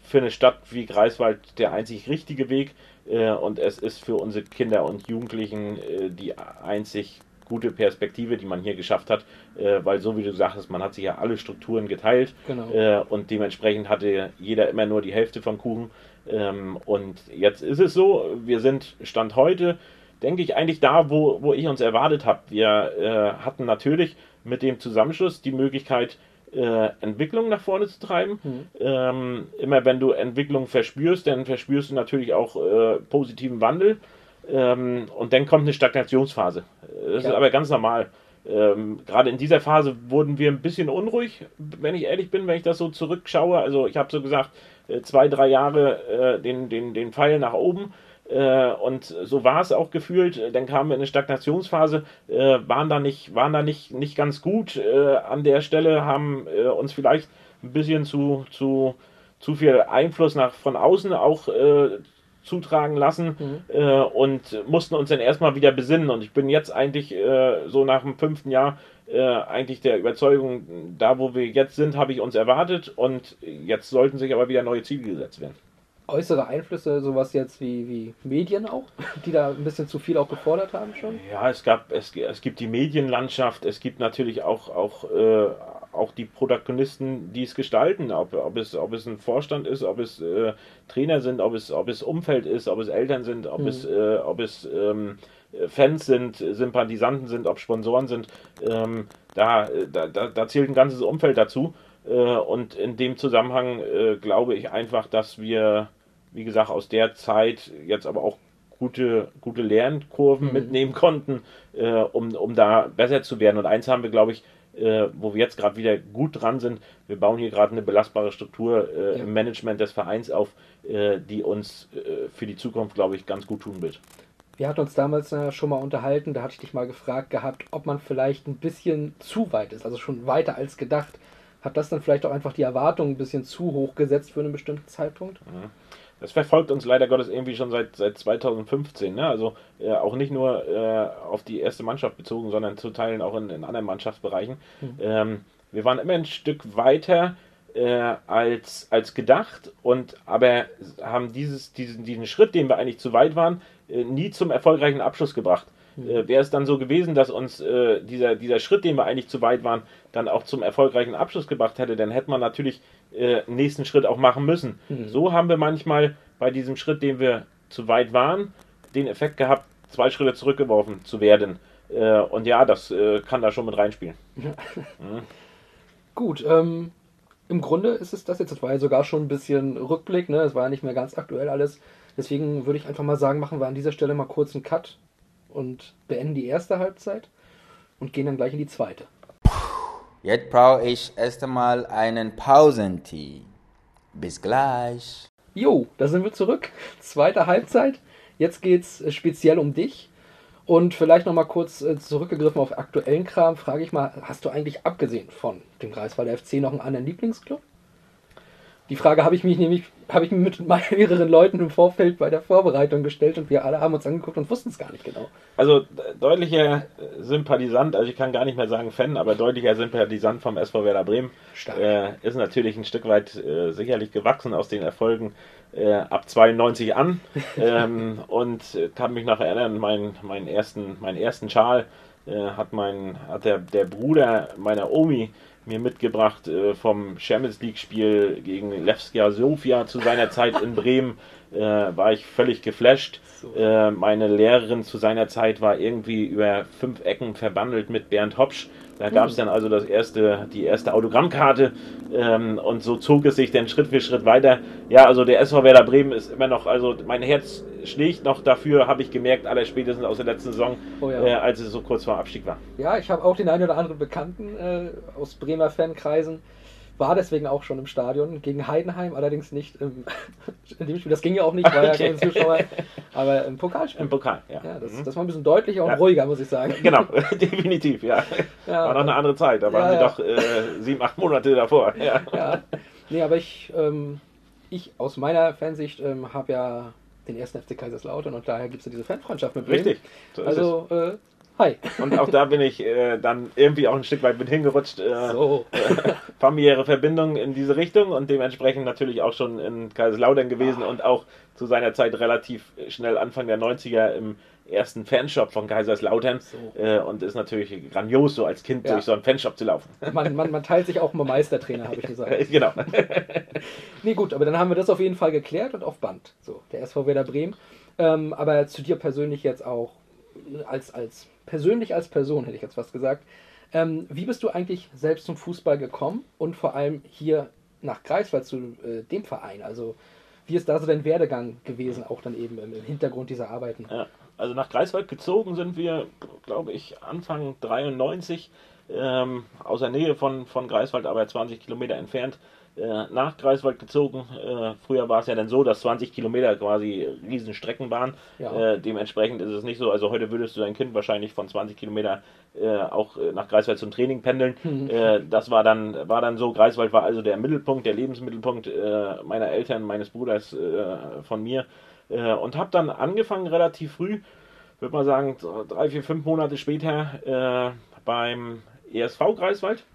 für eine Stadt wie Greifswald der einzig richtige Weg äh, und es ist für unsere Kinder und Jugendlichen äh, die einzig gute Perspektive, die man hier geschafft hat, äh, weil so wie du sagtest, man hat sich ja alle Strukturen geteilt Genau. äh, und dementsprechend hatte jeder immer nur die Hälfte vom Kuchen ähm, und jetzt ist es so, wir sind Stand heute, denke ich, eigentlich da, wo, wo ich uns erwartet habe. Wir äh, hatten natürlich mit dem Zusammenschluss die Möglichkeit, äh, Entwicklung nach vorne zu treiben. Mhm. Ähm, immer wenn du Entwicklung verspürst, dann verspürst du natürlich auch äh, positiven Wandel. Ähm, und dann kommt eine Stagnationsphase. Das Ja. ist aber ganz normal. Ähm, gerade in dieser Phase wurden wir ein bisschen unruhig, wenn ich ehrlich bin, wenn ich das so zurückschaue. Also ich habe so gesagt, äh, zwei, drei Jahre äh, den, den, den Pfeil nach oben. Äh, und so war es auch gefühlt. Dann kamen wir in eine Stagnationsphase, äh, waren da nicht, waren da nicht, nicht ganz gut äh, an der Stelle, haben äh, uns vielleicht ein bisschen zu, zu, zu viel Einfluss nach von außen auch äh, zutragen lassen Mhm. äh, und mussten uns dann erstmal wieder besinnen. Und ich bin jetzt eigentlich äh, so nach dem fünften Jahr äh, eigentlich der Überzeugung, da wo wir jetzt sind, habe ich uns erwartet und jetzt sollten sich aber wieder neue Ziele gesetzt werden. Äußere Einflüsse, sowas jetzt wie, wie Medien auch, die da ein bisschen zu viel auch gefordert haben schon? Ja, es gab, es, es gibt die Medienlandschaft, es gibt natürlich auch, auch, äh, auch die Protagonisten, die es gestalten, ob, ob, es, ob es ein Vorstand ist, ob es äh, Trainer sind, ob es, ob es Umfeld ist, ob es Eltern sind, ob Mhm. es, äh, ob es ähm, Fans sind, Sympathisanten sind, ob Sponsoren sind. Ähm, da, da, da, da zählt ein ganzes Umfeld dazu. Äh, und in dem Zusammenhang äh, glaube ich einfach, dass wir, wie gesagt, aus der Zeit jetzt aber auch gute, gute Lernkurven Mhm. mitnehmen konnten, äh, um, um da besser zu werden. Und eins haben wir, glaube ich, äh, wo wir jetzt gerade wieder gut dran sind, wir bauen hier gerade eine belastbare Struktur äh, Ja. im Management des Vereins auf, äh, die uns äh, für die Zukunft, glaube ich, ganz gut tun wird. Wir hatten uns damals äh, schon mal unterhalten, da hatte ich dich mal gefragt gehabt, ob man vielleicht ein bisschen zu weit ist, also schon weiter als gedacht. Hat das dann vielleicht auch einfach die Erwartungen ein bisschen zu hoch gesetzt für einen bestimmten Zeitpunkt? Das verfolgt uns leider Gottes irgendwie schon seit, seit zweitausendfünfzehn. Ne? Also äh, auch nicht nur äh, auf die erste Mannschaft bezogen, sondern zu Teilen auch in, in anderen Mannschaftsbereichen. Mhm. Ähm, wir waren immer ein Stück weiter äh, als, als gedacht, und aber haben dieses, diesen, diesen Schritt, den wir eigentlich zu weit waren, äh, nie zum erfolgreichen Abschluss gebracht. Mhm. Äh, Wäre es dann so gewesen, dass uns äh, dieser, dieser Schritt, den wir eigentlich zu weit waren, dann auch zum erfolgreichen Abschluss gebracht hätte, dann hätte man natürlich äh, einen nächsten Schritt auch machen müssen. Mhm. So haben wir manchmal bei diesem Schritt, den wir zu weit waren, den Effekt gehabt, zwei Schritte zurückgeworfen zu werden. Äh, und ja, das äh, kann da schon mit reinspielen. Mhm. Gut, ähm, im Grunde ist es das jetzt, das war ja sogar schon ein bisschen Rückblick, ne? Es war ja nicht mehr ganz aktuell alles. Deswegen würde ich einfach mal sagen, machen wir an dieser Stelle mal kurz einen Cut und beenden die erste Halbzeit und gehen dann gleich in die zweite. Jetzt brauche ich erst einmal einen Pausentee. Bis gleich. Jo, da sind wir zurück. Zweite Halbzeit. Jetzt geht's äh, speziell um dich. Und vielleicht nochmal kurz äh, zurückgegriffen auf aktuellen Kram, frage ich mal, hast du eigentlich abgesehen von dem Greifswalder F C noch einen anderen Lieblingsclub? Die Frage habe ich mich nämlich, habe ich mir mit mehreren Leuten im Vorfeld bei der Vorbereitung gestellt und wir alle haben uns angeguckt und wussten es gar nicht genau. Also äh, deutlicher Sympathisant, also ich kann gar nicht mehr sagen Fan, aber deutlicher Sympathisant vom S V Werder Bremen. Stark. Äh, ist natürlich ein Stück weit äh, sicherlich gewachsen aus den Erfolgen äh, ab zweiundneunzig an. ähm, und äh, kann mich noch erinnern, mein, meinen ersten, meinen ersten Schal äh, hat, mein, hat der, der Bruder meiner Omi mir mitgebracht äh, vom Champions League Spiel gegen Levskia Sofia zu seiner Zeit in Bremen. Äh, war ich völlig geflasht. So. Äh, meine Lehrerin zu seiner Zeit war irgendwie über fünf Ecken verbandelt mit Bernd Hopsch. Da gab es dann also das erste, die erste Autogrammkarte ähm, und so zog es sich dann Schritt für Schritt weiter. Ja, also der S V Werder Bremen ist immer noch, also mein Herz schlägt noch dafür, habe ich gemerkt, allerspätestens aus der letzten Saison, Oh ja. äh, als es so kurz vor Abstieg war. Ja, ich habe auch den einen oder anderen Bekannten äh, aus Bremer Fankreisen. War deswegen auch schon im Stadion gegen Heidenheim, allerdings nicht im, in dem Spiel. Das ging ja auch nicht, war ja Okay. kein Zuschauer, aber im Pokalspiel. Im Pokal, ja. Ja, das, Mhm. das war ein bisschen deutlicher und Ja. ruhiger, muss ich sagen. Genau, definitiv, ja. Ja, War noch eine andere Zeit, da waren Ja, sie ja. doch äh, sieben, acht Monate davor. Ja. Ja, nee, aber ich, ähm, ich aus meiner Fansicht ähm, habe ja den ersten F C Kaiserslautern und daher gibt es ja diese Fanfreundschaft mit Bremen. Richtig, so ist Also äh, Hi. Und auch da bin ich äh, dann irgendwie auch ein Stück weit mit hingerutscht. Äh, So. äh, familiäre Verbindung in diese Richtung und dementsprechend natürlich auch schon in Kaiserslautern gewesen Ah. und auch zu seiner Zeit relativ schnell Anfang der neunziger im ersten Fanshop von Kaiserslautern. So. Äh, und ist natürlich grandios, so als Kind Ja. durch so einen Fanshop zu laufen. Man, man, man teilt sich auch immer Meistertrainer, habe ich gesagt. Genau. Nee, gut, aber dann haben wir das auf jeden Fall geklärt und auf Band. So, der S V Werder Bremen. Ähm, aber zu dir persönlich jetzt auch, als, als persönlich als Person, hätte ich jetzt fast gesagt. Ähm, wie bist du eigentlich selbst zum Fußball gekommen und vor allem hier nach Greifswald zu äh, dem Verein? Also, wie ist da so dein Werdegang gewesen, auch dann eben im, im Hintergrund dieser Arbeiten? Ja, also nach Greifswald gezogen sind wir, glaube ich, Anfang dreiundneunzig, ähm, aus der Nähe von, von Greifswald, aber zwanzig Kilometer entfernt, äh, nach Greifswald gezogen. Äh, früher war es ja dann so, dass zwanzig Kilometer quasi Riesenstrecken waren. Ja. Äh, dementsprechend ist es nicht so, also heute würdest du dein Kind wahrscheinlich von zwanzig Kilometer äh, auch äh, nach Greifswald zum Training pendeln. Mhm. Äh, das war dann, war dann so, Greifswald war also der Mittelpunkt, der Lebensmittelpunkt äh, meiner Eltern, meines Bruders, äh, von mir. Äh, und habe dann angefangen relativ früh, würde mal sagen, drei, vier, fünf Monate später äh, beim E S V Greifswald,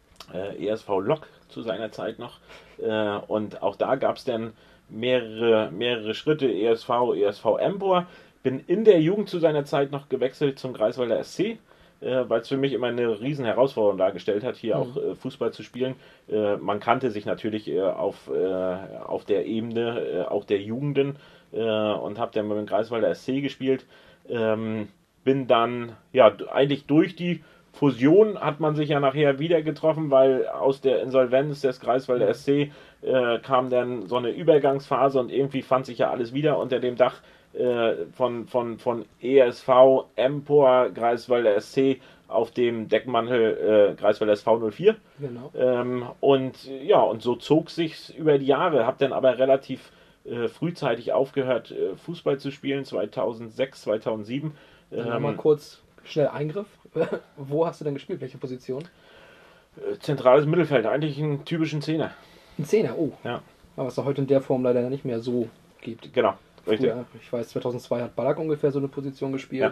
äh, E S V Lok zu seiner Zeit noch. Äh, und auch da gab es dann mehrere, mehrere Schritte, E S V, E S V Empor. Bin in der Jugend zu seiner Zeit noch gewechselt zum Greifswalder S C, äh, weil es für mich immer eine riesen Herausforderung dargestellt hat, hier Mhm. auch äh, Fußball zu spielen. Äh, man kannte sich natürlich äh, auf, äh, auf der Ebene äh, auch der Jugenden äh, und habe dann mit dem Greifswalder S C gespielt. Ähm, bin dann, ja, eigentlich durch die Fusion hat man sich ja nachher wieder getroffen, weil aus der Insolvenz des Greifswalder S C äh, kam dann so eine Übergangsphase und irgendwie fand sich ja alles wieder unter dem Dach äh, von, von, von E S V, Empor, Greifswalder S C auf dem Deckmantel äh, Greifswalder S V null vier. Genau. Ähm, und ja, und so zog sich's über die Jahre, habe dann aber relativ äh, frühzeitig aufgehört, äh, Fußball zu spielen, zweitausendsechs, zweitausendsieben. Dann nochmal Ähm, kurz schnell Eingriff. Wo hast du denn gespielt? Welche Position? äh, zentrales Mittelfeld, eigentlich einen typischen Zehner. Ein Zehner, oh. Ja, Aber was es heute in der Form leider nicht mehr so gibt. genau, richtig. Früher, ich weiß, zweitausendzwei hat Ballack ungefähr so eine Position gespielt.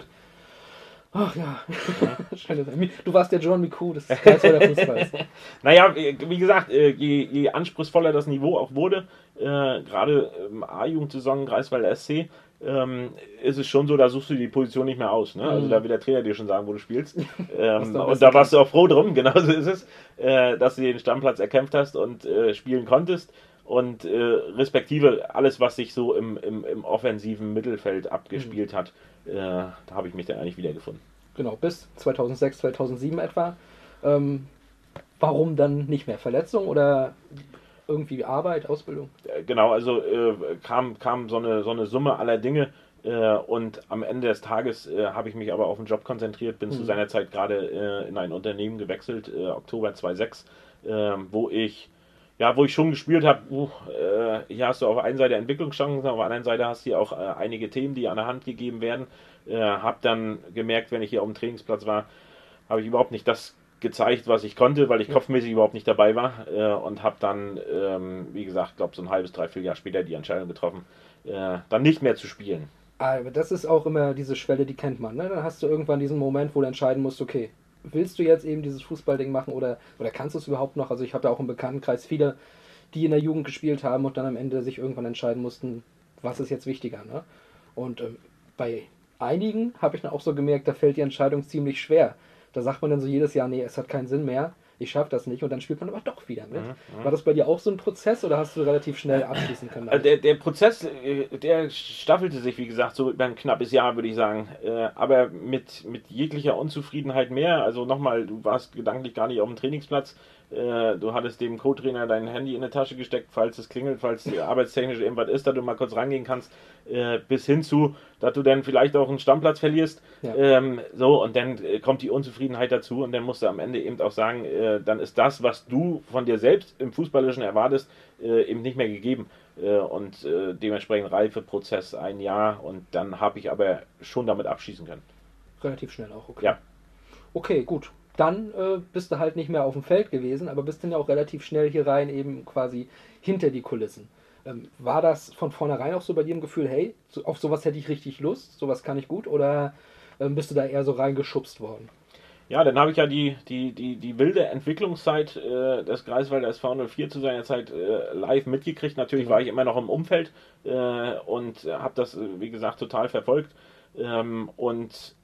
Ach ja, Schönes- du warst der John Miku des Greifswalder Fußballs. Naja, wie gesagt, äh, je, je anspruchsvoller das Niveau auch wurde, äh, gerade im A-Jugendsaison Greifswalder S C, ähm, ist es schon so, da suchst du die Position nicht mehr aus. Ne? Also Mhm. da will der Trainer dir schon sagen, wo du spielst. Was Ähm, du am und besten da warst du auch froh drum, genauso ist es, äh, dass du den Stammplatz erkämpft hast und äh, spielen konntest. Und äh, respektive alles, was sich so im, im, im offensiven Mittelfeld abgespielt hat, äh, da habe ich mich dann eigentlich wiedergefunden. Genau, bis zweitausendsechs, zweitausendsieben etwa. Ähm, warum dann nicht mehr? Verletzung oder irgendwie Arbeit, Ausbildung? Äh, Genau, also äh, kam, kam so, eine, so eine Summe aller Dinge äh, und am Ende des Tages äh, habe ich mich aber auf den Job konzentriert, bin Mhm. zu seiner Zeit gerade äh, in ein Unternehmen gewechselt, äh, Oktober zweitausendsechs, äh, wo ich ja, wo ich schon gespielt habe, uh, äh, hier hast du auf der einen Seite Entwicklungschancen, auf der anderen Seite hast du hier auch äh, einige Themen, die an der Hand gegeben werden. Äh, habe dann gemerkt, wenn ich hier auf dem Trainingsplatz war, habe ich überhaupt nicht das gezeigt, was ich konnte, weil ich kopfmäßig überhaupt nicht dabei war äh, und habe dann, ähm, wie gesagt, glaube so ein halbes, dreiviertel Jahr später die Entscheidung getroffen, äh, dann nicht mehr zu spielen. Aber das ist auch immer diese Schwelle, die kennt man. Ne? Dann hast du irgendwann diesen Moment, wo du entscheiden musst, okay, willst du jetzt eben dieses Fußballding machen oder, oder kannst du es überhaupt noch? Also ich habe ja auch im Bekanntenkreis viele, die in der Jugend gespielt haben und dann am Ende sich irgendwann entscheiden mussten, was ist jetzt wichtiger. Ne? Und ähm, bei einigen habe ich dann auch so gemerkt, da fällt die Entscheidung ziemlich schwer. Da sagt man dann so jedes Jahr, nee, es hat keinen Sinn mehr, ich schaffe das nicht und dann spielt man aber doch wieder mit. Mhm, War das bei dir auch so ein Prozess oder hast du relativ schnell abschließen können? Also der, der Prozess, äh, der staffelte sich, wie gesagt, so über ein knappes Jahr, würde ich sagen. Äh, Aber mit, mit jeglicher Unzufriedenheit mehr. Also nochmal, du warst gedanklich gar nicht auf dem Trainingsplatz. Äh, Du hattest dem Co-Trainer dein Handy in die Tasche gesteckt, falls es klingelt, falls arbeitstechnisch irgendwas ist, dass du mal kurz rangehen kannst. Äh, Bis hin zu, dass du dann vielleicht auch einen Stammplatz verlierst. Ja. Ähm, So, und dann äh, kommt die Unzufriedenheit dazu und dann musst du am Ende eben auch sagen, äh, dann ist das, was du von dir selbst im Fußballischen erwartest, äh, eben nicht mehr gegeben. Äh, und äh, dementsprechend Reifeprozess ein Jahr und dann habe ich aber schon damit abschließen können. Relativ schnell auch, okay. Ja. Okay, gut. Dann äh, bist du halt nicht mehr auf dem Feld gewesen, aber bist dann ja auch relativ schnell hier rein, eben quasi hinter die Kulissen. Ähm, war das von vornherein auch so bei dir im Gefühl, hey, so, auf sowas hätte ich richtig Lust, sowas kann ich gut, oder ähm, bist du da eher so reingeschubst worden? Ja, dann habe ich ja die, die, die, die wilde Entwicklungszeit äh, des Greifswalder S V null vier zu seiner Zeit äh, live mitgekriegt. Natürlich war ich immer noch im Umfeld äh, und habe das, wie gesagt, total verfolgt. Ähm, und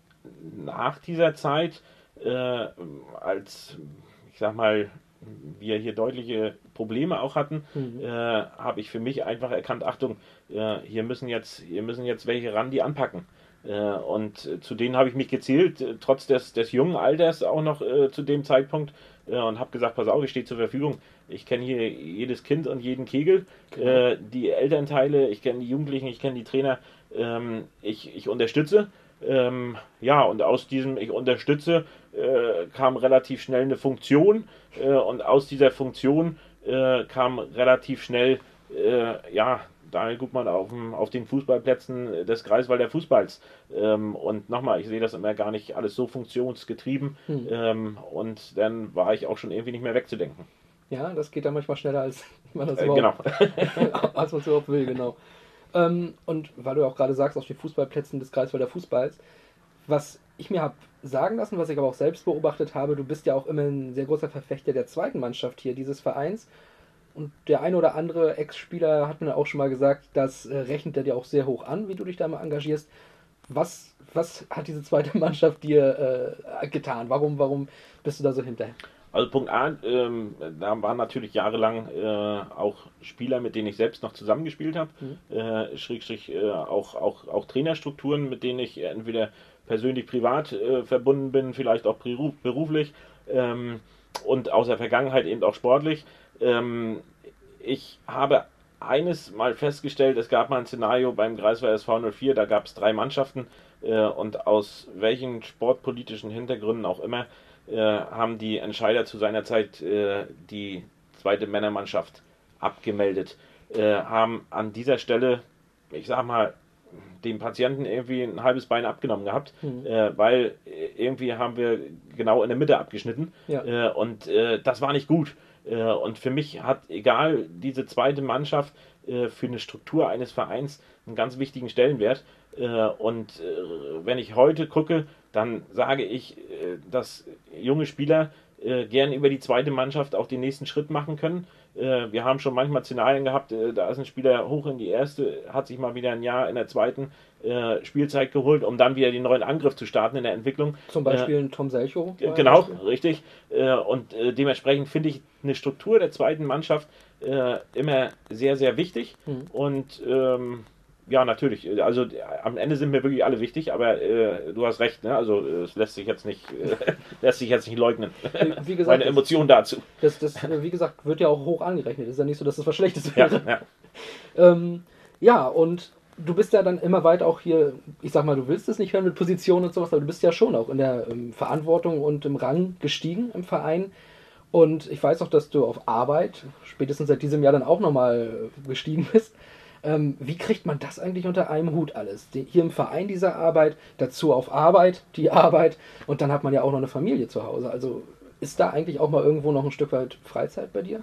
nach dieser Zeit, äh, als, ich sag mal, wir hier deutliche Probleme auch hatten, mhm. äh, habe ich für mich einfach erkannt, Achtung, äh, hier müssen jetzt, hier müssen jetzt welche ran, die anpacken. Äh, und äh, zu denen habe ich mich gezählt, äh, trotz des, des jungen Alters auch noch äh, zu dem Zeitpunkt, äh, und habe gesagt, pass auf, ich stehe zur Verfügung. Ich kenne hier jedes Kind und jeden Kegel, genau. äh, die Elternteile, ich kenne die Jugendlichen, ich kenne die Trainer, ähm, ich, ich unterstütze. Ähm, ja, und aus diesem Ich unterstütze äh, kam relativ schnell eine Funktion äh, und aus dieser Funktion äh, kam relativ schnell, äh, ja, Daniel Gutmann auf, dem, auf den Fußballplätzen des Greifswalder Fußballs. Ähm, und nochmal, ich sehe das immer gar nicht alles so funktionsgetrieben hm. ähm, und dann war ich auch schon irgendwie nicht mehr wegzudenken. Ja, das geht dann manchmal schneller, als man das äh, überhaupt, genau. als man es überhaupt will, genau. Ähm, und weil du auch gerade sagst, auf den Fußballplätzen des Greifswalder Fußballs, was ich mir habe sagen lassen, was ich aber auch selbst beobachtet habe, du bist ja auch immer ein sehr großer Verfechter der zweiten Mannschaft hier dieses Vereins. Und der eine oder andere Ex-Spieler hat mir auch schon mal gesagt, das äh, rechnet er dir auch sehr hoch an, wie du dich da mal engagierst. Was, was hat diese zweite Mannschaft dir äh, getan? Warum, warum bist du da so hinterher? Also Punkt A, ähm, da waren natürlich jahrelang äh, auch Spieler, mit denen ich selbst noch zusammengespielt habe, mhm. äh, Schrägstrich äh, auch, auch, auch Trainerstrukturen, mit denen ich entweder persönlich privat äh, verbunden bin, vielleicht auch beruflich ähm, und aus der Vergangenheit eben auch sportlich. Ähm, ich habe eines mal festgestellt, es gab mal ein Szenario beim Greifswalder S V null vier, da gab es drei Mannschaften äh, und aus welchen sportpolitischen Hintergründen auch immer äh, haben die Entscheider zu seiner Zeit äh, die zweite Männermannschaft abgemeldet, äh, haben an dieser Stelle, ich sag mal, dem Patienten irgendwie ein halbes Bein abgenommen gehabt, mhm. äh, weil irgendwie haben wir genau in der Mitte abgeschnitten ja. äh, und äh, das war nicht gut. Äh, und für mich hat, egal, diese zweite Mannschaft äh, für eine Struktur eines Vereins einen ganz wichtigen Stellenwert. Äh, und äh, wenn ich heute gucke, dann sage ich, äh, dass junge Spieler äh, gern über die zweite Mannschaft auch den nächsten Schritt machen können. Äh, wir haben schon manchmal Szenarien gehabt, äh, da ist ein Spieler hoch in die erste, hat sich mal wieder ein Jahr in der zweiten äh, Spielzeit geholt, um dann wieder den neuen Angriff zu starten in der Entwicklung. Zum Beispiel äh, Tom Selchow. Genau, richtig. Äh, und äh, dementsprechend finde ich eine Struktur der zweiten Mannschaft äh, immer sehr, sehr wichtig. Mhm. Und ähm, ja, natürlich. Also am Ende sind mir wirklich alle wichtig, aber äh, du hast recht, ne? Also es lässt sich jetzt nicht, äh, lässt sich jetzt nicht leugnen. Wie gesagt, meine Emotion dazu. Das, das, wie gesagt, wird ja auch hoch angerechnet. Es ist ja nicht so, dass das was Schlechtes wäre. Ja, ja. ähm, ja, und du bist ja dann immer weiter auch hier, ich sag mal, du willst es nicht hören mit Positionen und sowas, aber du bist ja schon auch in der ähm, Verantwortung und im Rang gestiegen im Verein. Und ich weiß auch, dass du auf Arbeit spätestens seit diesem Jahr dann auch nochmal gestiegen bist. Ähm, wie kriegt man das eigentlich unter einem Hut alles? Die, hier im Verein diese Arbeit, dazu auf Arbeit, die Arbeit und dann hat man ja auch noch eine Familie zu Hause. Also ist da eigentlich auch mal irgendwo noch ein Stück weit Freizeit bei dir?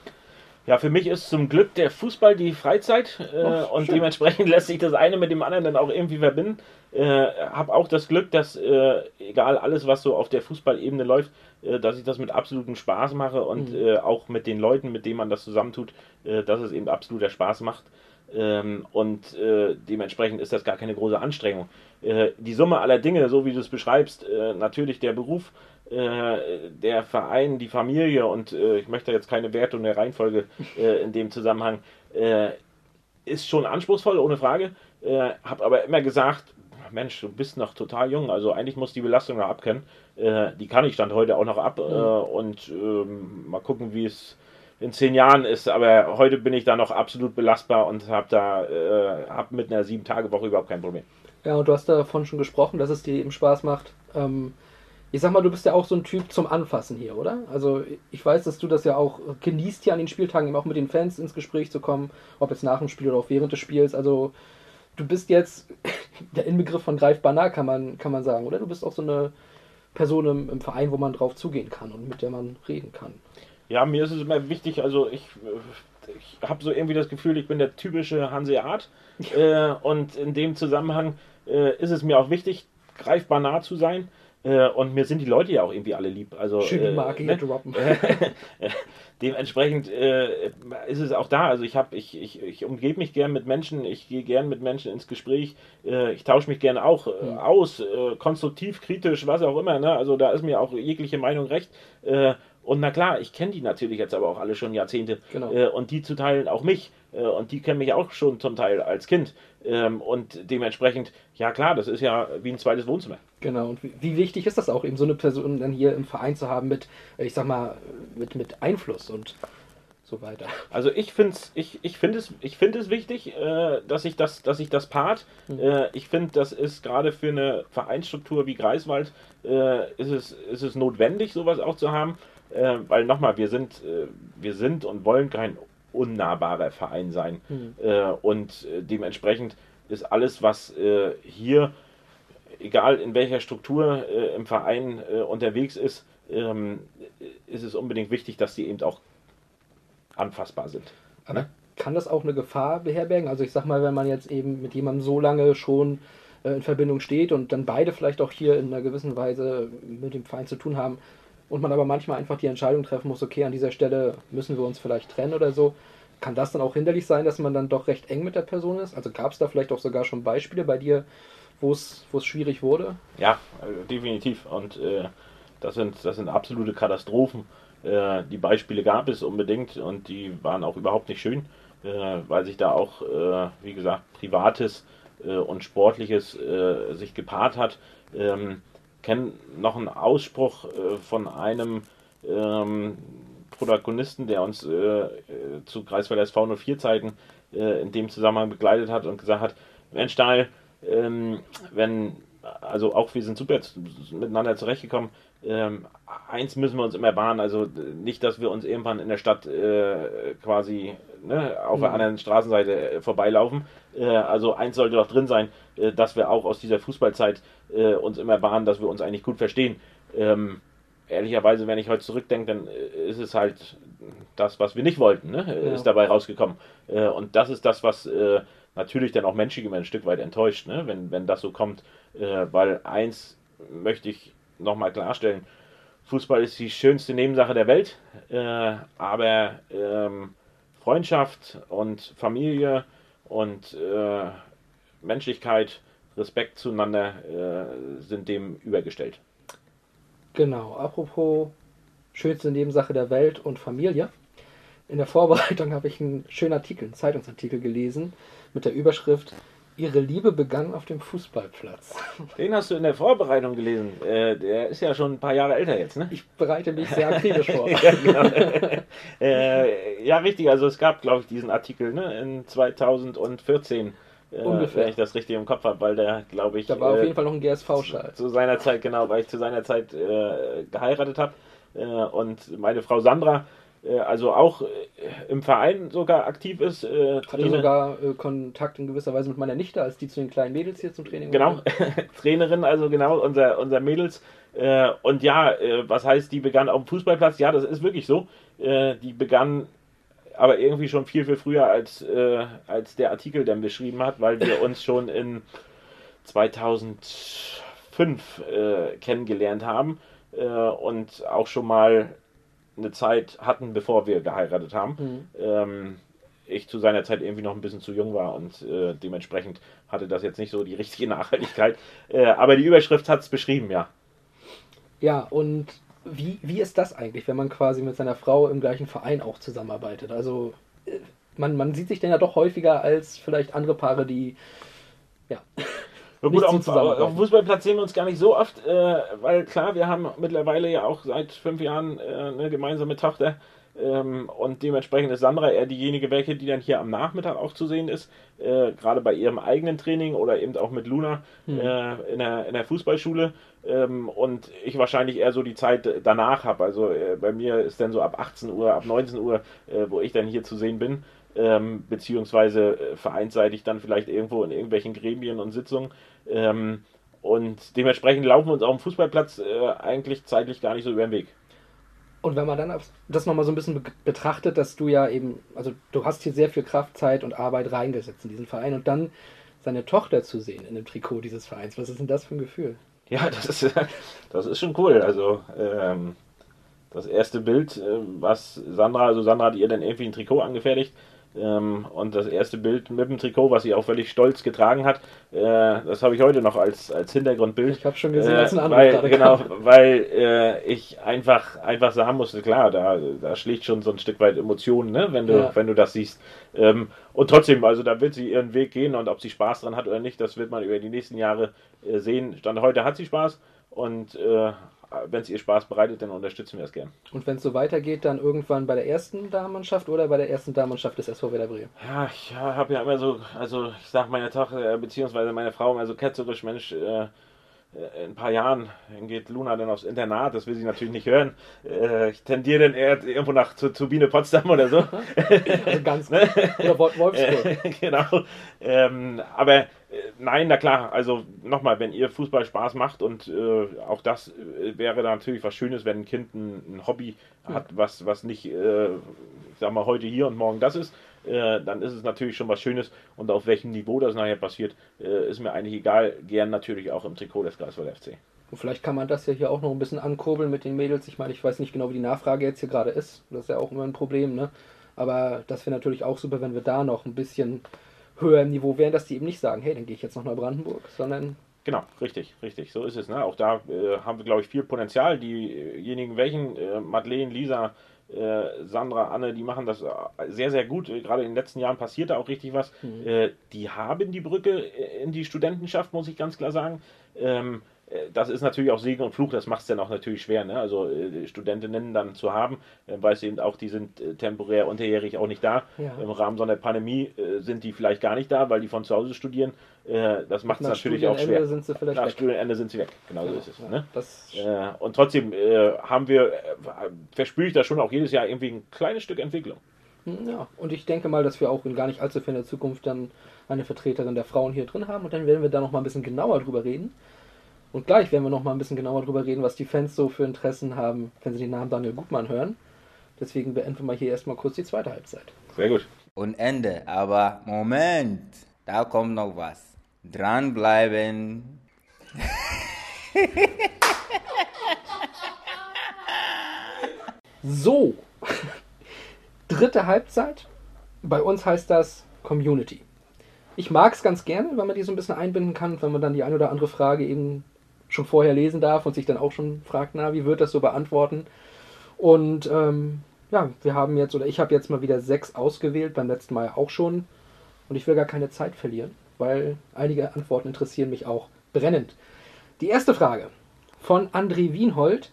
Ja, für mich ist zum Glück der Fußball die Freizeit äh, oh, und schön. Dementsprechend lässt sich das eine mit dem anderen dann auch irgendwie verbinden. Äh, habe auch das Glück, dass äh, egal alles, was so auf der Fußballebene läuft, äh, dass ich das mit absolutem Spaß mache und mhm. äh, auch mit den Leuten, mit denen man das zusammentut, äh, dass es eben absoluter Spaß macht. Ähm, und äh, dementsprechend ist das gar keine große Anstrengung. Äh, die Summe aller Dinge, so wie du es beschreibst, äh, natürlich der Beruf, äh, der Verein, die Familie und äh, ich möchte jetzt keine Wertung der Reihenfolge äh, in dem Zusammenhang, äh, ist schon anspruchsvoll, ohne Frage. Äh, habe aber immer gesagt, Mensch, du bist noch total jung, also eigentlich muss die Belastung noch abkennen. Äh, die kann ich Stand heute auch noch ab mhm. äh, und äh, mal gucken, wie es in zehn Jahren ist, aber heute bin ich da noch absolut belastbar und habe da äh, hab mit einer sieben Tage Woche überhaupt kein Problem. Ja, und du hast davon schon gesprochen, dass es dir eben Spaß macht. Ähm, ich sag mal, du bist ja auch so ein Typ zum Anfassen hier, oder? Also ich weiß, dass du das ja auch genießt, hier an den Spieltagen eben auch mit den Fans ins Gespräch zu kommen, ob jetzt nach dem Spiel oder auch während des Spiels. Also du bist jetzt der Inbegriff von greifbar nah, kann man, kann man sagen, oder? Du bist auch so eine Person im, im Verein, wo man drauf zugehen kann und mit der man reden kann. Ja, mir ist es immer wichtig, also ich, ich habe so irgendwie das Gefühl, ich bin der typische Hanseat äh, und in dem Zusammenhang äh, ist es mir auch wichtig, greifbar nah zu sein. Äh, und mir sind die Leute ja auch irgendwie alle lieb. Also, Schön die äh, Marke ne? hier droppen. Dementsprechend äh, ist es auch da. Also ich habe, ich, ich, ich umgebe mich gern mit Menschen, ich gehe gern mit Menschen ins Gespräch, äh, ich tausche mich gerne auch äh, Mhm. aus, äh, konstruktiv, kritisch, was auch immer. Ne? Also da ist mir auch jegliche Meinung recht. Äh, und na klar, ich kenne die natürlich jetzt aber auch alle schon Jahrzehnte. Genau. Äh, und die zu teilen auch mich. Äh, und die kennen mich auch schon zum Teil als Kind. Ähm, und dementsprechend, ja klar, das ist ja wie ein zweites Wohnzimmer. Genau, und wie, wie wichtig ist das auch, eben so eine Person dann hier im Verein zu haben mit, äh, ich sag mal, mit, mit Einfluss und so weiter. Also ich finde ich, ich find es, ich find es wichtig, äh, dass sich das, dass sich das paart. Mhm. Äh, ich finde, das ist gerade für eine Vereinsstruktur wie Greifswald, äh, ist, es, ist es notwendig, sowas auch zu haben. Äh, weil nochmal, wir sind, äh, wir sind und wollen kein unnahbarer Verein sein. Mhm. Äh, und äh, dementsprechend ist alles, was äh, hier, egal in welcher Struktur äh, im Verein äh, unterwegs ist, ähm, ist es unbedingt wichtig, dass die eben auch anfassbar sind. Aber Ne? kann das auch eine Gefahr beherbergen? Also ich sag mal, wenn man jetzt eben mit jemandem so lange schon äh, in Verbindung steht und dann beide vielleicht auch hier in einer gewissen Weise mit dem Verein zu tun haben und man aber manchmal einfach die Entscheidung treffen muss, okay, an dieser Stelle müssen wir uns vielleicht trennen oder so, kann das dann auch hinderlich sein, dass man dann doch recht eng mit der Person ist? Also gab es da vielleicht auch sogar schon Beispiele bei dir, wo es wo es schwierig wurde? Ja, äh, definitiv. Und äh, das, sind, das sind absolute Katastrophen. Äh, die Beispiele gab es unbedingt und die waren auch überhaupt nicht schön, äh, weil sich da auch, äh, wie gesagt, Privates äh, und Sportliches äh, sich gepaart hat. Ähm, kenne noch einen Ausspruch äh, von einem ähm, Protagonisten, der uns äh, äh, zu Greifswald S V null vier Zeiten äh, in dem Zusammenhang begleitet hat und gesagt hat, Mensch Daniel, ähm, wenn, also auch wir sind super z- miteinander zurechtgekommen, ähm, eins müssen wir uns immer wahren, also nicht, dass wir uns irgendwann in der Stadt äh, quasi ne, auf der Mhm. anderen Straßenseite äh, vorbeilaufen. Äh, also eins sollte doch drin sein, äh, dass wir auch aus dieser Fußballzeit äh, uns immer wahren, dass wir uns eigentlich gut verstehen. Ähm, ehrlicherweise, wenn ich heute zurückdenke, dann äh, ist es halt das, was wir nicht wollten, ne? äh, Ja. ist dabei rausgekommen. Äh, und das ist das, was äh, natürlich dann auch menschlich immer ein Stück weit enttäuscht, ne? wenn, wenn das so kommt. Äh, weil eins möchte ich nochmal klarstellen, Fußball ist die schönste Nebensache der Welt, äh, aber ähm, Freundschaft und Familie und äh, Menschlichkeit, Respekt zueinander äh, sind dem übergestellt. Genau, apropos schönste Nebensache der Welt und Familie. In der Vorbereitung habe ich einen schönen Artikel, einen Zeitungsartikel gelesen mit der Überschrift Ihre Liebe begann auf dem Fußballplatz. Den hast du in der Vorbereitung gelesen. Äh, der ist ja schon ein paar Jahre älter jetzt, ne? Ich bereite mich sehr akribisch vor. ja, genau. äh, ja, richtig. Also es gab, glaube ich, diesen Artikel ne, in zweitausendvierzehn, äh, Ungefähr. wenn ich das richtig im Kopf habe, weil der, glaube ich, Da war auf äh, jeden Fall noch ein G S V-Schal. zu seiner Zeit, genau, weil ich zu seiner Zeit äh, geheiratet habe. Äh, und meine Frau Sandra, äh, also auch äh, im Verein sogar aktiv ist. Äh, Hatte Trainer- sogar äh, Kontakt in gewisser Weise mit meiner Nichte, als die zu den kleinen Mädels hier zum Training Genau, waren. Trainerin, also genau, unser, unser Mädels. Äh, und ja, äh, was heißt, die begann auf dem Fußballplatz? Ja, das ist wirklich so. Äh, die begann aber irgendwie schon viel, viel früher, als, äh, als der Artikel dann beschrieben hat, weil wir uns schon in zweitausendfünf äh, kennengelernt haben äh, und auch schon mal eine Zeit hatten, bevor wir geheiratet haben. Mhm. Ähm, ich zu seiner Zeit irgendwie noch ein bisschen zu jung war und äh, dementsprechend hatte das jetzt nicht so die richtige Nachhaltigkeit. Äh, aber die Überschrift hat es beschrieben, ja. Ja, und wie, wie ist das eigentlich, wenn man quasi mit seiner Frau im gleichen Verein auch zusammenarbeitet? Also äh, man, man sieht sich dann ja doch häufiger als vielleicht andere Paare, die ja. Na nicht gut, so auf, zusammenarbeiten. auf dem Fußballplatz sehen wir uns gar nicht so oft, äh, weil klar, wir haben mittlerweile ja auch seit fünf Jahren äh, eine gemeinsame Tochter. Ähm, und dementsprechend ist Sandra eher diejenige, welche, die dann hier am Nachmittag auch zu sehen ist, äh, gerade bei ihrem eigenen Training oder eben auch mit Luna Hm. äh, in, der, in der Fußballschule. Ähm, und ich wahrscheinlich eher so die Zeit danach habe. Also äh, bei mir ist dann so ab achtzehn Uhr, ab neunzehn Uhr, äh, wo ich dann hier zu sehen bin. Ähm, beziehungsweise äh, vereinsseitig dann vielleicht irgendwo in irgendwelchen Gremien und Sitzungen. Ähm, und dementsprechend laufen wir uns auf dem Fußballplatz äh, eigentlich zeitlich gar nicht so über den Weg. Und wenn man dann auf- das nochmal so ein bisschen be- betrachtet, dass du ja eben, also du hast hier sehr viel Kraft, Zeit und Arbeit reingesetzt in diesen Verein und dann seine Tochter zu sehen in dem Trikot dieses Vereins. Was ist denn das für ein Gefühl? Ja, das ist, das ist schon cool. Also ähm, das erste Bild, äh, was Sandra, also Sandra hat ihr dann irgendwie ein Trikot angefertigt. Ähm, und das erste Bild mit dem Trikot, was sie auch völlig stolz getragen hat, äh, das habe ich heute noch als, als Hintergrundbild. Ich habe schon gesehen, als ein äh, Anruf weil, gerade Genau, kam. weil äh, ich einfach, einfach sagen musste, klar, da, da schlägt schon so ein Stück weit Emotionen, ne, wenn du, Ja. wenn du das siehst. Ähm, und trotzdem, also da wird sie ihren Weg gehen und ob sie Spaß dran hat oder nicht, das wird man über die nächsten Jahre äh, sehen. Stand heute hat sie Spaß und äh, wenn es ihr Spaß bereitet, dann unterstützen wir das gern. Und wenn es so weitergeht, dann irgendwann bei der ersten Damenmannschaft oder bei der ersten Damenmannschaft des S V Werder Bremen? Ja, ich habe ja immer so, also ich sag meiner Tochter, beziehungsweise meine Frau immer so ketzerisch, Mensch, äh, in ein paar Jahren geht Luna dann aufs Internat, das will sie natürlich nicht hören. Äh, ich tendiere dann eher irgendwo nach zu, zu Biene Potsdam oder so. Also ganz gut. Oder Wolf- Wolfsburg. Äh, genau. Ähm, aber äh, nein, na klar, also nochmal, wenn ihr Fußball Spaß macht und äh, auch das äh, wäre da natürlich was Schönes, wenn ein Kind ein, ein Hobby hat, was, was nicht, äh, ich sag mal, heute hier und morgen das ist. Äh, dann ist es natürlich schon was Schönes und auf welchem Niveau das nachher passiert, äh, ist mir eigentlich egal, gern natürlich auch im Trikot des Greifswalder F C. Und vielleicht kann man das ja hier auch noch ein bisschen ankurbeln mit den Mädels. Ich meine, ich weiß nicht genau, wie die Nachfrage jetzt hier gerade ist. Das ist ja auch immer ein Problem, ne? Aber das wäre natürlich auch super, wenn wir da noch ein bisschen höher im Niveau wären, dass die eben nicht sagen, hey, dann gehe ich jetzt nach Neubrandenburg, sondern... Genau, richtig, richtig, so ist es. Ne? Auch da äh, haben wir, glaube ich, viel Potenzial. Diejenigen, welchen, äh, Madeleine, Lisa, äh, Sandra, Anne, die machen das sehr, sehr gut. Gerade in den letzten Jahren passiert da auch richtig was. Mhm. Äh, die haben die Brücke in die Studentenschaft, muss ich ganz klar sagen. Ähm, das ist natürlich auch Segen und Fluch, das macht es dann auch natürlich schwer, ne? Also äh, Studentinnen dann zu haben, äh, weil sie eben auch, die sind äh, temporär unterjährig auch nicht da. Ja. Im Rahmen so einer Pandemie äh, sind die vielleicht gar nicht da, weil die von zu Hause studieren. Äh, das macht es natürlich auch schwer. Sind sie vielleicht Nach weg. Studienende sind sie weg, genau so ist es. Ja, ne? das äh, und trotzdem äh, haben wir, äh, verspüre ich da schon auch jedes Jahr irgendwie ein kleines Stück Entwicklung. Ja, und ich denke mal, dass wir auch in gar nicht allzu ferner Zukunft dann eine Vertreterin der Frauen hier drin haben und dann werden wir da noch mal ein bisschen genauer drüber reden. Und gleich werden wir noch mal ein bisschen genauer drüber reden, was die Fans so für Interessen haben, wenn sie den Namen Daniel Gutmann hören. Deswegen beenden wir mal hier erstmal kurz die zweite Halbzeit. Sehr gut. Und Ende. Aber Moment, da kommt noch was. Dranbleiben. So, dritte Halbzeit. Bei uns heißt das Community. Ich mag es ganz gerne, wenn man die so ein bisschen einbinden kann, wenn man dann die eine oder andere Frage eben schon vorher lesen darf und sich dann auch schon fragt, na, wie wird das so beantworten? Und ähm, ja, wir haben jetzt, oder ich habe jetzt mal wieder sechs ausgewählt, beim letzten Mal auch schon. Und ich will gar keine Zeit verlieren, weil einige Antworten interessieren mich auch brennend. Die erste Frage von André Wienhold.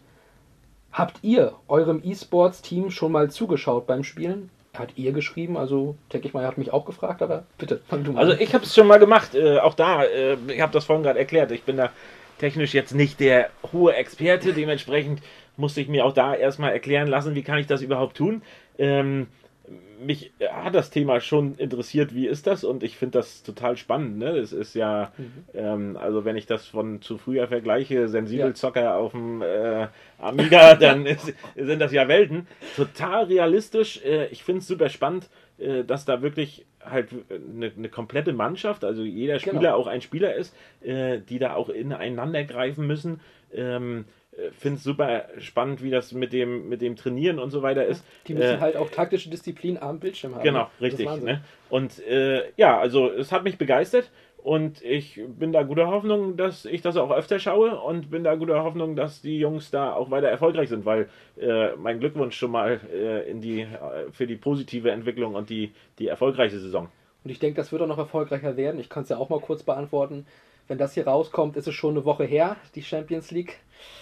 Habt ihr eurem E-Sports-Team schon mal zugeschaut beim Spielen? Hat ihr geschrieben, also denke ich mal, er hat mich auch gefragt, aber bitte, fang du mal Also an. ich habe es schon mal gemacht, äh, auch da, äh, ich habe das vorhin gerade erklärt, ich bin da technisch jetzt nicht der hohe Experte, dementsprechend musste ich mir auch da erstmal erklären lassen, wie kann ich das überhaupt tun. Ähm, mich hat das Thema schon interessiert, wie ist das, und ich finde das total spannend, ne? Es ist ja, mhm. ähm, also wenn ich das von zu früher vergleiche, Sensibelzocker ja. auf dem äh, Amiga, dann ist, sind das ja Welten. Total realistisch, äh, ich finde es super spannend, äh, dass da wirklich halt eine, eine komplette Mannschaft, also jeder Spieler genau. auch ein Spieler ist, äh, die da auch ineinander greifen müssen. Ähm, finde es super spannend, wie das mit dem, mit dem Trainieren und so weiter ist. Die müssen äh, halt auch taktische Disziplin am Bildschirm haben. Genau, richtig. Ne? Und äh, ja, also es hat mich begeistert und ich bin da guter Hoffnung, dass ich das auch öfter schaue und bin da guter Hoffnung, dass die Jungs da auch weiter erfolgreich sind, weil äh, mein Glückwunsch schon mal äh, in die, äh, für die positive Entwicklung und die, die erfolgreiche Saison. Und ich denke, das wird auch noch erfolgreicher werden. Ich kann es ja auch mal kurz beantworten. Wenn das hier rauskommt, ist es schon eine Woche her, die Champions League.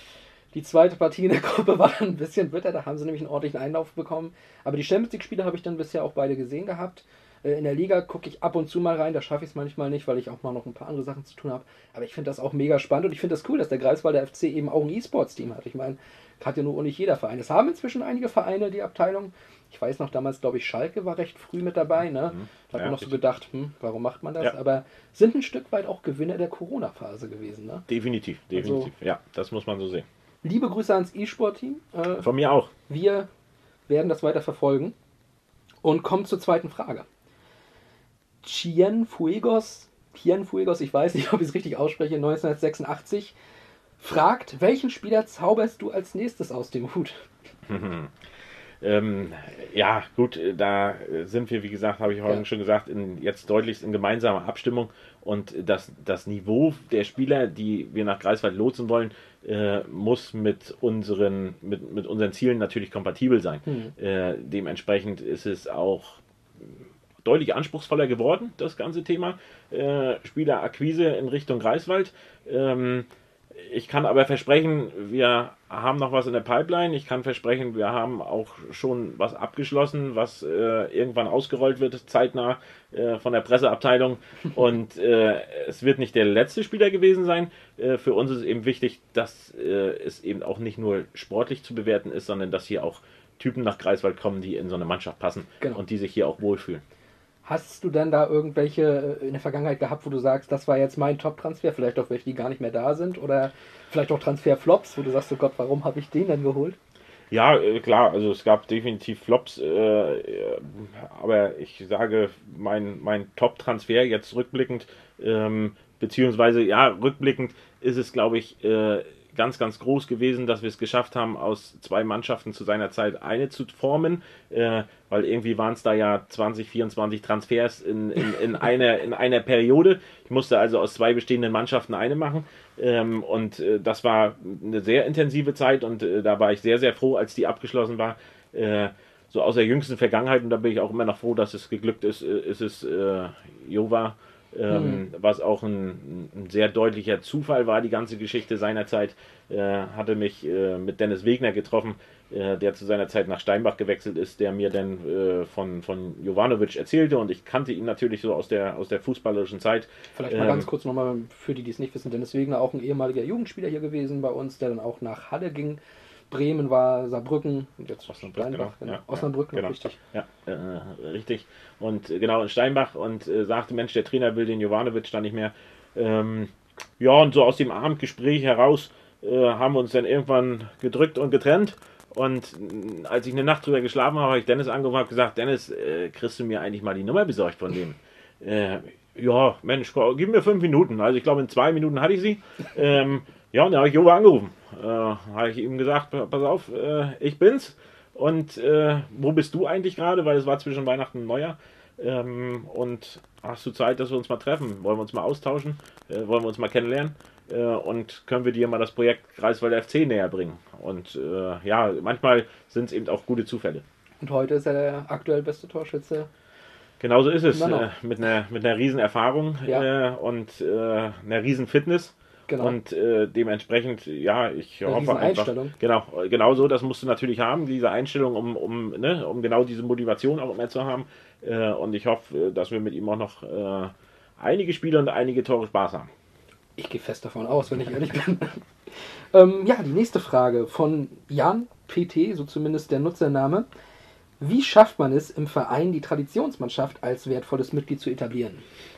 Die zweite Partie in der Gruppe war ein bisschen bitter, da haben sie nämlich einen ordentlichen Einlauf bekommen. Aber die Champions League-Spiele habe ich dann bisher auch beide gesehen gehabt. In der Liga gucke ich ab und zu mal rein, da schaffe ich es manchmal nicht, weil ich auch mal noch ein paar andere Sachen zu tun habe. Aber ich finde das auch mega spannend und ich finde das cool, dass der Greifswalder F C eben auch ein E-Sports-Team hat. Ich meine, hat ja nur nicht jeder Verein. Es haben inzwischen einige Vereine, die Abteilung. Ich weiß noch, damals glaube ich Schalke war recht früh mit dabei. Ne? Mhm. Da hat ja, man noch so gedacht, hm, warum macht man das? Ja. Aber sind ein Stück weit auch Gewinner der Corona-Phase gewesen. Ne? Definitiv, definitiv. Also, ja, das muss man so sehen. Liebe Grüße ans E-Sport-Team. Äh, Von mir auch. Wir werden das weiter verfolgen und kommen zur zweiten Frage. Cienfuegos Cienfuegos, ich weiß nicht, ob ich es richtig ausspreche, neunzehnhundertsechsundachtzig, fragt, welchen Spieler zauberst du als nächstes aus dem Hut? ähm, ja, gut, da sind wir, wie gesagt, habe ich heute ja. schon gesagt, in, jetzt deutlichst in gemeinsamer Abstimmung und das, das Niveau der Spieler, die wir nach Greifswald lotsen wollen, äh, muss mit unseren, mit, mit unseren Zielen natürlich kompatibel sein. Mhm. Äh, dementsprechend ist es auch deutlich anspruchsvoller geworden, das ganze Thema. Äh, Spielerakquise in Richtung Greifswald. Ähm, ich kann aber versprechen, wir haben noch was in der Pipeline. Ich kann versprechen, wir haben auch schon was abgeschlossen, was äh, irgendwann ausgerollt wird, zeitnah äh, von der Presseabteilung. Und äh, es wird nicht der letzte Spieler gewesen sein. Äh, für uns ist es eben wichtig, dass äh, es eben auch nicht nur sportlich zu bewerten ist, sondern dass hier auch Typen nach Greifswald kommen, die in so eine Mannschaft passen genau. und die sich hier auch wohlfühlen. Hast du denn da irgendwelche in der Vergangenheit gehabt, wo du sagst, das war jetzt mein Top-Transfer, vielleicht auch welche, die gar nicht mehr da sind oder vielleicht auch Transfer-Flops, wo du sagst, oh Gott, warum habe ich den denn geholt? Ja, äh, klar, also es gab definitiv Flops, äh, aber ich sage, mein, mein Top-Transfer jetzt rückblickend, ähm, beziehungsweise ja, rückblickend ist es, glaube ich, äh, ganz, ganz groß gewesen, dass wir es geschafft haben, aus zwei Mannschaften zu seiner Zeit eine zu formen, äh, weil irgendwie waren es da ja zwanzig, vierundzwanzig Transfers in, in, in, einer, in einer Periode. Ich musste also aus zwei bestehenden Mannschaften eine machen ähm, und äh, das war eine sehr intensive Zeit und äh, da war ich sehr, sehr froh, als die abgeschlossen war. Äh, so aus der jüngsten Vergangenheit, und da bin ich auch immer noch froh, dass es geglückt ist, äh, ist es äh, Jova, Ähm, mhm. was auch ein, ein sehr deutlicher Zufall war, die ganze Geschichte seinerzeit. Äh, hatte mich äh, mit Dennis Wegner getroffen, äh, der zu seiner Zeit nach Steinbach gewechselt ist, der mir dann äh, von, von Jovanovic erzählte und ich kannte ihn natürlich so aus der, aus der fußballerischen Zeit. Vielleicht mal ähm, ganz kurz nochmal für die, die es nicht wissen, Dennis Wegner, auch ein ehemaliger Jugendspieler hier gewesen bei uns, der dann auch nach Halle ging. Bremen war Saarbrücken und jetzt Osnabrück, genau. genau. Ja, Osnabrück, genau. richtig. Ja, äh, richtig. Und äh, genau in Steinbach und äh, sagte, Mensch, der Trainer will den Jovanovic da nicht mehr. Ähm, ja, und so aus dem Abendgespräch heraus äh, haben wir uns dann irgendwann gedrückt und getrennt. Und äh, als ich eine Nacht drüber geschlafen habe, habe ich Dennis angerufen und habe gesagt, Dennis, äh, kriegst du mir eigentlich mal die Nummer besorgt von dem? äh, ja, Mensch, gib mir fünf Minuten. Also ich glaube, in zwei Minuten hatte ich sie. Ähm, ja, und dann habe ich Jova angerufen. Äh, habe ich ihm gesagt, pass auf, äh, ich bin's. Und äh, wo bist du eigentlich gerade? Weil es war zwischen Weihnachten und Neujahr. Ähm, und hast du Zeit, dass wir uns mal treffen? Wollen wir uns mal austauschen? Äh, wollen wir uns mal kennenlernen? Äh, und können wir dir mal das Projekt Greifswald F C näher bringen? Und äh, ja, manchmal sind es eben auch gute Zufälle. Und heute ist er der aktuell beste Torschütze. Genauso ist es. Äh, mit einer mit einer riesen Erfahrung ja. äh, und äh, einer riesen Fitness. Genau. Und äh, dementsprechend, ja, ich eine hoffe einfach, Einstellung. genau, genau so, das musst du natürlich haben, diese Einstellung, um, um, ne, um genau diese Motivation auch immer zu haben. Äh, und ich hoffe, dass wir mit ihm auch noch äh, einige Spiele und einige Tore Spaß haben. Ich gehe fest davon aus, wenn ich ehrlich bin. ähm, ja, die nächste Frage von Jan P T, so zumindest der Nutzername. Wie schafft man es, im Verein die Traditionsmannschaft als wertvolles Mitglied zu etablieren?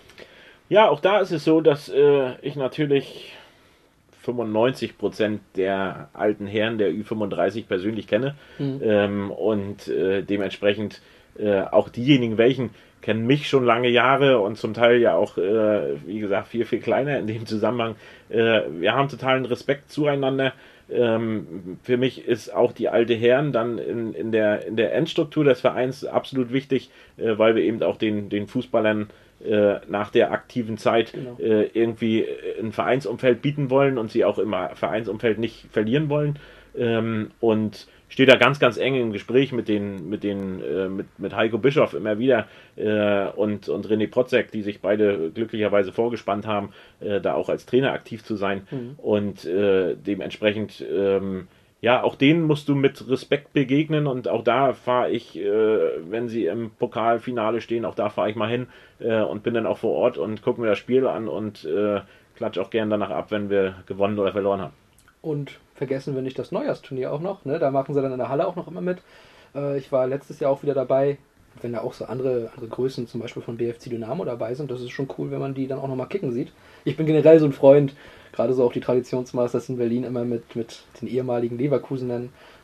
Ja, auch da ist es so, dass äh, ich natürlich fünfundneunzig Prozent der alten Herren der Ü fünfunddreißig persönlich kenne mhm. ähm, und äh, dementsprechend äh, auch diejenigen, welchen kennen mich schon lange Jahre und zum Teil ja auch, äh, wie gesagt, viel, viel kleiner in dem Zusammenhang. Äh, wir haben totalen Respekt zueinander. Ähm, für mich ist auch die alte Herren dann in, in, der, in der Endstruktur des Vereins absolut wichtig, äh, weil wir eben auch den, den Fußballern äh, nach der aktiven Zeit genau. äh, irgendwie ein Vereinsumfeld bieten wollen und sie auch im Vereinsumfeld nicht verlieren wollen. Ähm, und stehe da ganz, ganz eng im Gespräch mit den, mit den, äh, mit, mit Heiko Bischoff immer wieder äh, und, und René Protzek, die sich beide glücklicherweise vorgespannt haben, äh, da auch als Trainer aktiv zu sein. Mhm. Und äh, dementsprechend, ähm, ja, auch denen musst du mit Respekt begegnen und auch da fahre ich, äh, wenn sie im Pokalfinale stehen, auch da fahre ich mal hin äh, und bin dann auch vor Ort und gucke mir das Spiel an und äh, klatsche auch gern danach ab, wenn wir gewonnen oder verloren haben. Und vergessen wir nicht das Neujahrsturnier auch noch, ne? Da machen sie dann in der Halle auch noch immer mit. Äh, ich war letztes Jahr auch wieder dabei, wenn da auch so andere, andere Größen zum Beispiel von B F C Dynamo dabei sind. Das ist schon cool, wenn man die dann auch nochmal kicken sieht. Ich bin generell so ein Freund, gerade so auch die Traditionsmasters in Berlin immer mit, mit den ehemaligen Leverkusenern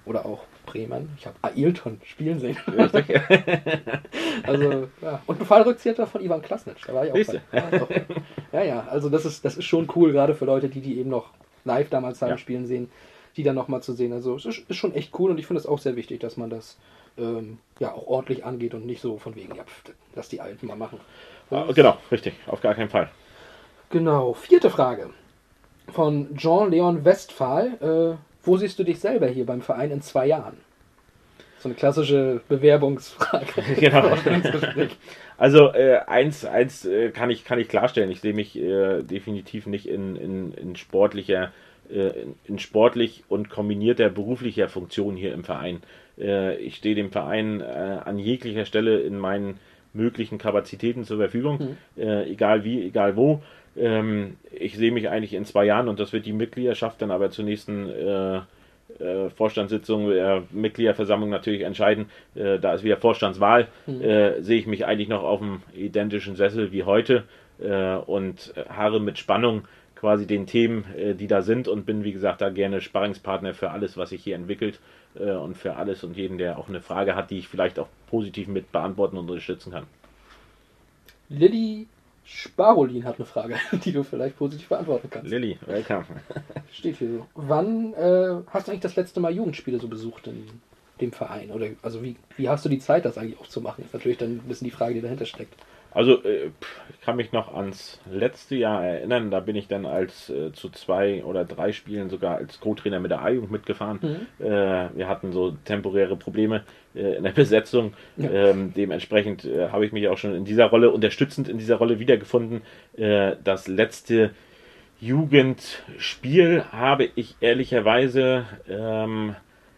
Oder auch Bremen. Ich habe Ailton spielen sehen. Richtig. Also, ja. Und ein Fallrückzieher von Ivan Klasnic. Da war ich auch Siehste. bei. Ja, auch bei. Ja, ja, also das ist, das ist schon cool, gerade für Leute, die die eben noch live damals haben Ja. spielen sehen, die dann nochmal zu sehen. Also es ist, ist schon echt cool und ich finde es auch sehr wichtig, dass man das ähm, ja auch ordentlich angeht und nicht so von wegen, ja, pf, lass die Alten mal machen. Ah, genau, richtig. Auf gar keinen Fall. Genau, vierte Frage von Jean-Leon Westphal. Äh, wo siehst du dich selber hier beim Verein in zwei Jahren? So eine klassische Bewerbungsfrage. Genau. Also äh, eins, eins äh, kann ich kann ich klarstellen. Ich sehe mich äh, definitiv nicht in, in, in sportlicher, äh, in, in sportlich und kombinierter beruflicher Funktion hier im Verein. Äh, ich stehe dem Verein äh, an jeglicher Stelle in meinen möglichen Kapazitäten zur Verfügung, mhm. äh, egal wie, egal wo. Ähm, ich sehe mich eigentlich in zwei Jahren und das wird die Mitgliedschaft dann aber zur nächsten äh, äh, Vorstandssitzung, äh, Mitgliederversammlung natürlich entscheiden. Äh, da ist wieder Vorstandswahl. Mhm. Äh, sehe ich mich eigentlich noch auf dem identischen Sessel wie heute äh, und harre mit Spannung quasi den Themen, äh, die da sind und bin, wie gesagt, da gerne Sparringspartner für alles, was sich hier entwickelt äh, und für alles und jeden, der auch eine Frage hat, die ich vielleicht auch positiv mit beantworten und unterstützen kann. Lilly Sparolin hat eine Frage, die du vielleicht positiv beantworten kannst. Lilly, welcome. Steht hier so. Wann äh, hast du eigentlich das letzte Mal Jugendspiele so besucht in dem Verein? Oder also wie, wie hast du die Zeit, das eigentlich auch zu machen? Ist natürlich dann ein bisschen die Frage, die dahinter steckt. Also äh, ich kann mich noch ans letzte Jahr erinnern, da bin ich dann als äh, zu zwei oder drei Spielen sogar als Co-Trainer mit der A-Jugend mitgefahren. Mhm. Äh, wir hatten so temporäre Probleme äh, in der Besetzung. Ja. Ähm, dementsprechend äh, habe ich mich auch schon in dieser Rolle, unterstützend in dieser Rolle wiedergefunden. Äh, das letzte Jugendspiel habe ich ehrlicherweise ähm,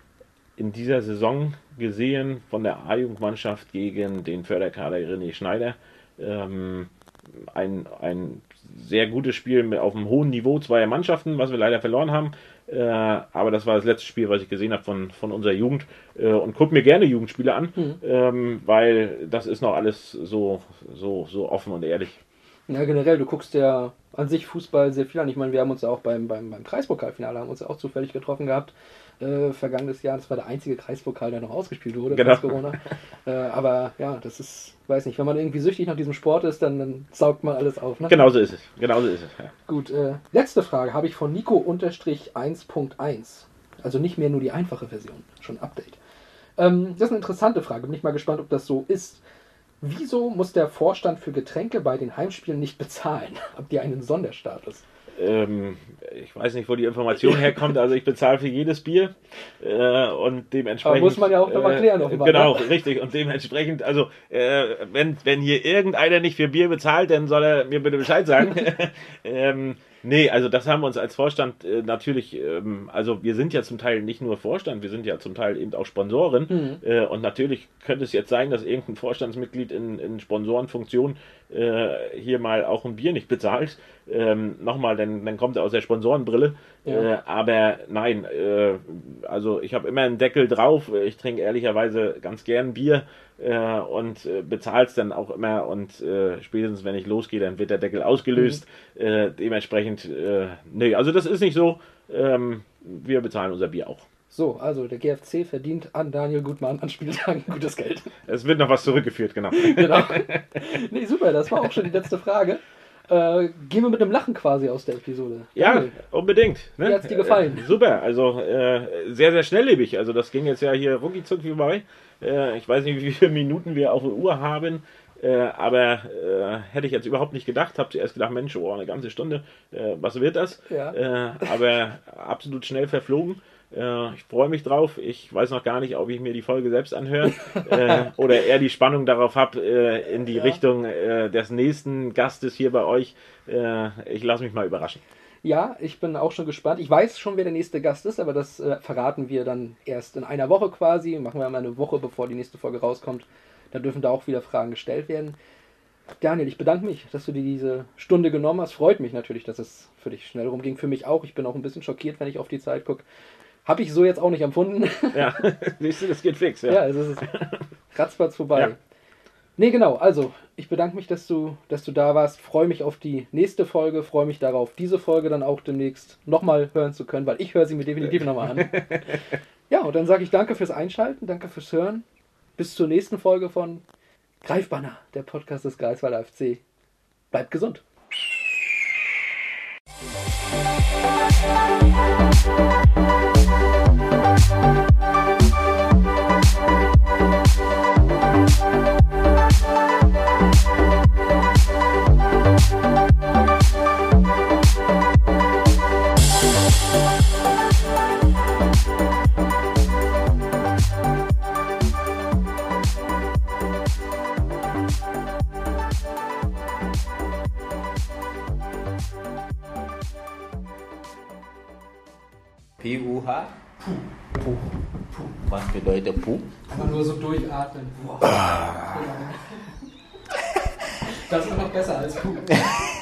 in dieser Saison gesehen von der A-Jugendmannschaft gegen den Förderkader René Schneider. Ähm, ein, ein sehr gutes Spiel auf einem hohen Niveau zweier Mannschaften, was wir leider verloren haben. Äh, aber das war das letzte Spiel, was ich gesehen habe von, von unserer Jugend. Äh, und gucke mir gerne Jugendspiele an, mhm. ähm, weil das ist noch alles so, so, so offen und ehrlich. Ja, generell, du guckst ja an sich Fußball sehr viel an. Ich meine, wir haben uns ja auch beim, beim, beim Kreispokalfinale haben uns ja auch zufällig getroffen gehabt. Äh, vergangenes Jahr, das war der einzige Kreispokal, der noch ausgespielt wurde, genau. trotz Corona. Äh, aber ja, das ist, weiß nicht, wenn man irgendwie süchtig nach diesem Sport ist, dann, dann saugt man alles auf. Ne? Genauso ist es, genauso ist es. Ja. Gut, äh, letzte Frage habe ich von Nico eins Punkt eins. Also nicht mehr nur die einfache Version, schon Update. Ähm, das ist eine interessante Frage, bin ich mal gespannt, ob das so ist. Wieso muss der Vorstand für Getränke bei den Heimspielen nicht bezahlen? Habt ihr einen Sonderstatus? Ähm, ich weiß nicht, wo die Information herkommt, also ich bezahle für jedes Bier äh, und dementsprechend... Aber muss man ja auch nochmal klären. Äh, genau, ne? Richtig, und dementsprechend, also äh, wenn, wenn hier irgendeiner nicht für Bier bezahlt, dann soll er mir bitte Bescheid sagen. ähm, nee, also das haben wir uns als Vorstand äh, natürlich, ähm, also wir sind ja zum Teil nicht nur Vorstand, wir sind ja zum Teil eben auch Sponsoren mhm. äh, und natürlich könnte es jetzt sein, dass irgendein Vorstandsmitglied in, in Sponsorenfunktion äh, hier mal auch ein Bier nicht bezahlt. Ähm, nochmal, dann, dann kommt er aus der Sponsorenbrille. Ja. Äh, aber nein, äh, also ich habe immer einen Deckel drauf. Ich trinke ehrlicherweise ganz gern Bier äh, und äh, bezahle es dann auch immer. Und äh, spätestens, wenn ich losgehe, dann wird der Deckel ausgelöst. Mhm. Äh, dementsprechend, äh, nee, also das ist nicht so. Ähm, wir bezahlen unser Bier auch. So, also der G F C verdient an Daniel Gutmann an Spieltagen gutes Geld. Es wird noch was zurückgeführt, genau. Genau. Nee, super, das war auch schon die letzte Frage. Äh, gehen wir mit einem Lachen quasi aus der Episode. Ja, Daniel, unbedingt. Ne? Wie hat es dir gefallen? Äh, super, also äh, sehr, sehr schnelllebig. Also das ging jetzt ja hier rucki zucki vorbei. Äh, ich weiß nicht, wie viele Minuten wir auf der Uhr haben. Äh, aber äh, hätte ich jetzt überhaupt nicht gedacht. Habe zuerst gedacht, Mensch, oh, eine ganze Stunde. Äh, was wird das? Ja. Äh, aber absolut schnell verflogen. Äh, ich freue mich drauf. Ich weiß noch gar nicht, ob ich mir die Folge selbst anhöre äh, oder eher die Spannung darauf habe, äh, in die ja. Richtung äh, des nächsten Gastes hier bei euch. Äh, ich lasse mich mal überraschen. Ja, ich bin auch schon gespannt. Ich weiß schon, wer der nächste Gast ist, aber das äh, verraten wir dann erst in einer Woche quasi. Machen wir mal eine Woche, bevor die nächste Folge rauskommt. Dann dürfen da auch wieder Fragen gestellt werden. Daniel, ich bedanke mich, dass du dir diese Stunde genommen hast. Freut mich natürlich, dass es für dich schnell rumging. Für mich auch. Ich bin auch ein bisschen schockiert, wenn ich auf die Zeit gucke. Habe ich so jetzt auch nicht empfunden. Ja, siehst du, das geht fix. Ja, ja es ist ratzfatz vorbei. Ja. Nee, genau. Also, ich bedanke mich, dass du, dass du da warst. Freue mich auf die nächste Folge. Freue mich darauf, diese Folge dann auch demnächst nochmal hören zu können, weil ich höre sie mir definitiv nochmal an. Ja, und dann sage ich danke fürs Einschalten, danke fürs Hören. Bis zur nächsten Folge von Greifbanner, der Podcast des Greifswalder F C. Bleibt gesund. P U H? Puh. Puh. Puh. Was bedeutet Puh? Einfach nur so durchatmen. Das ist noch besser als Puh.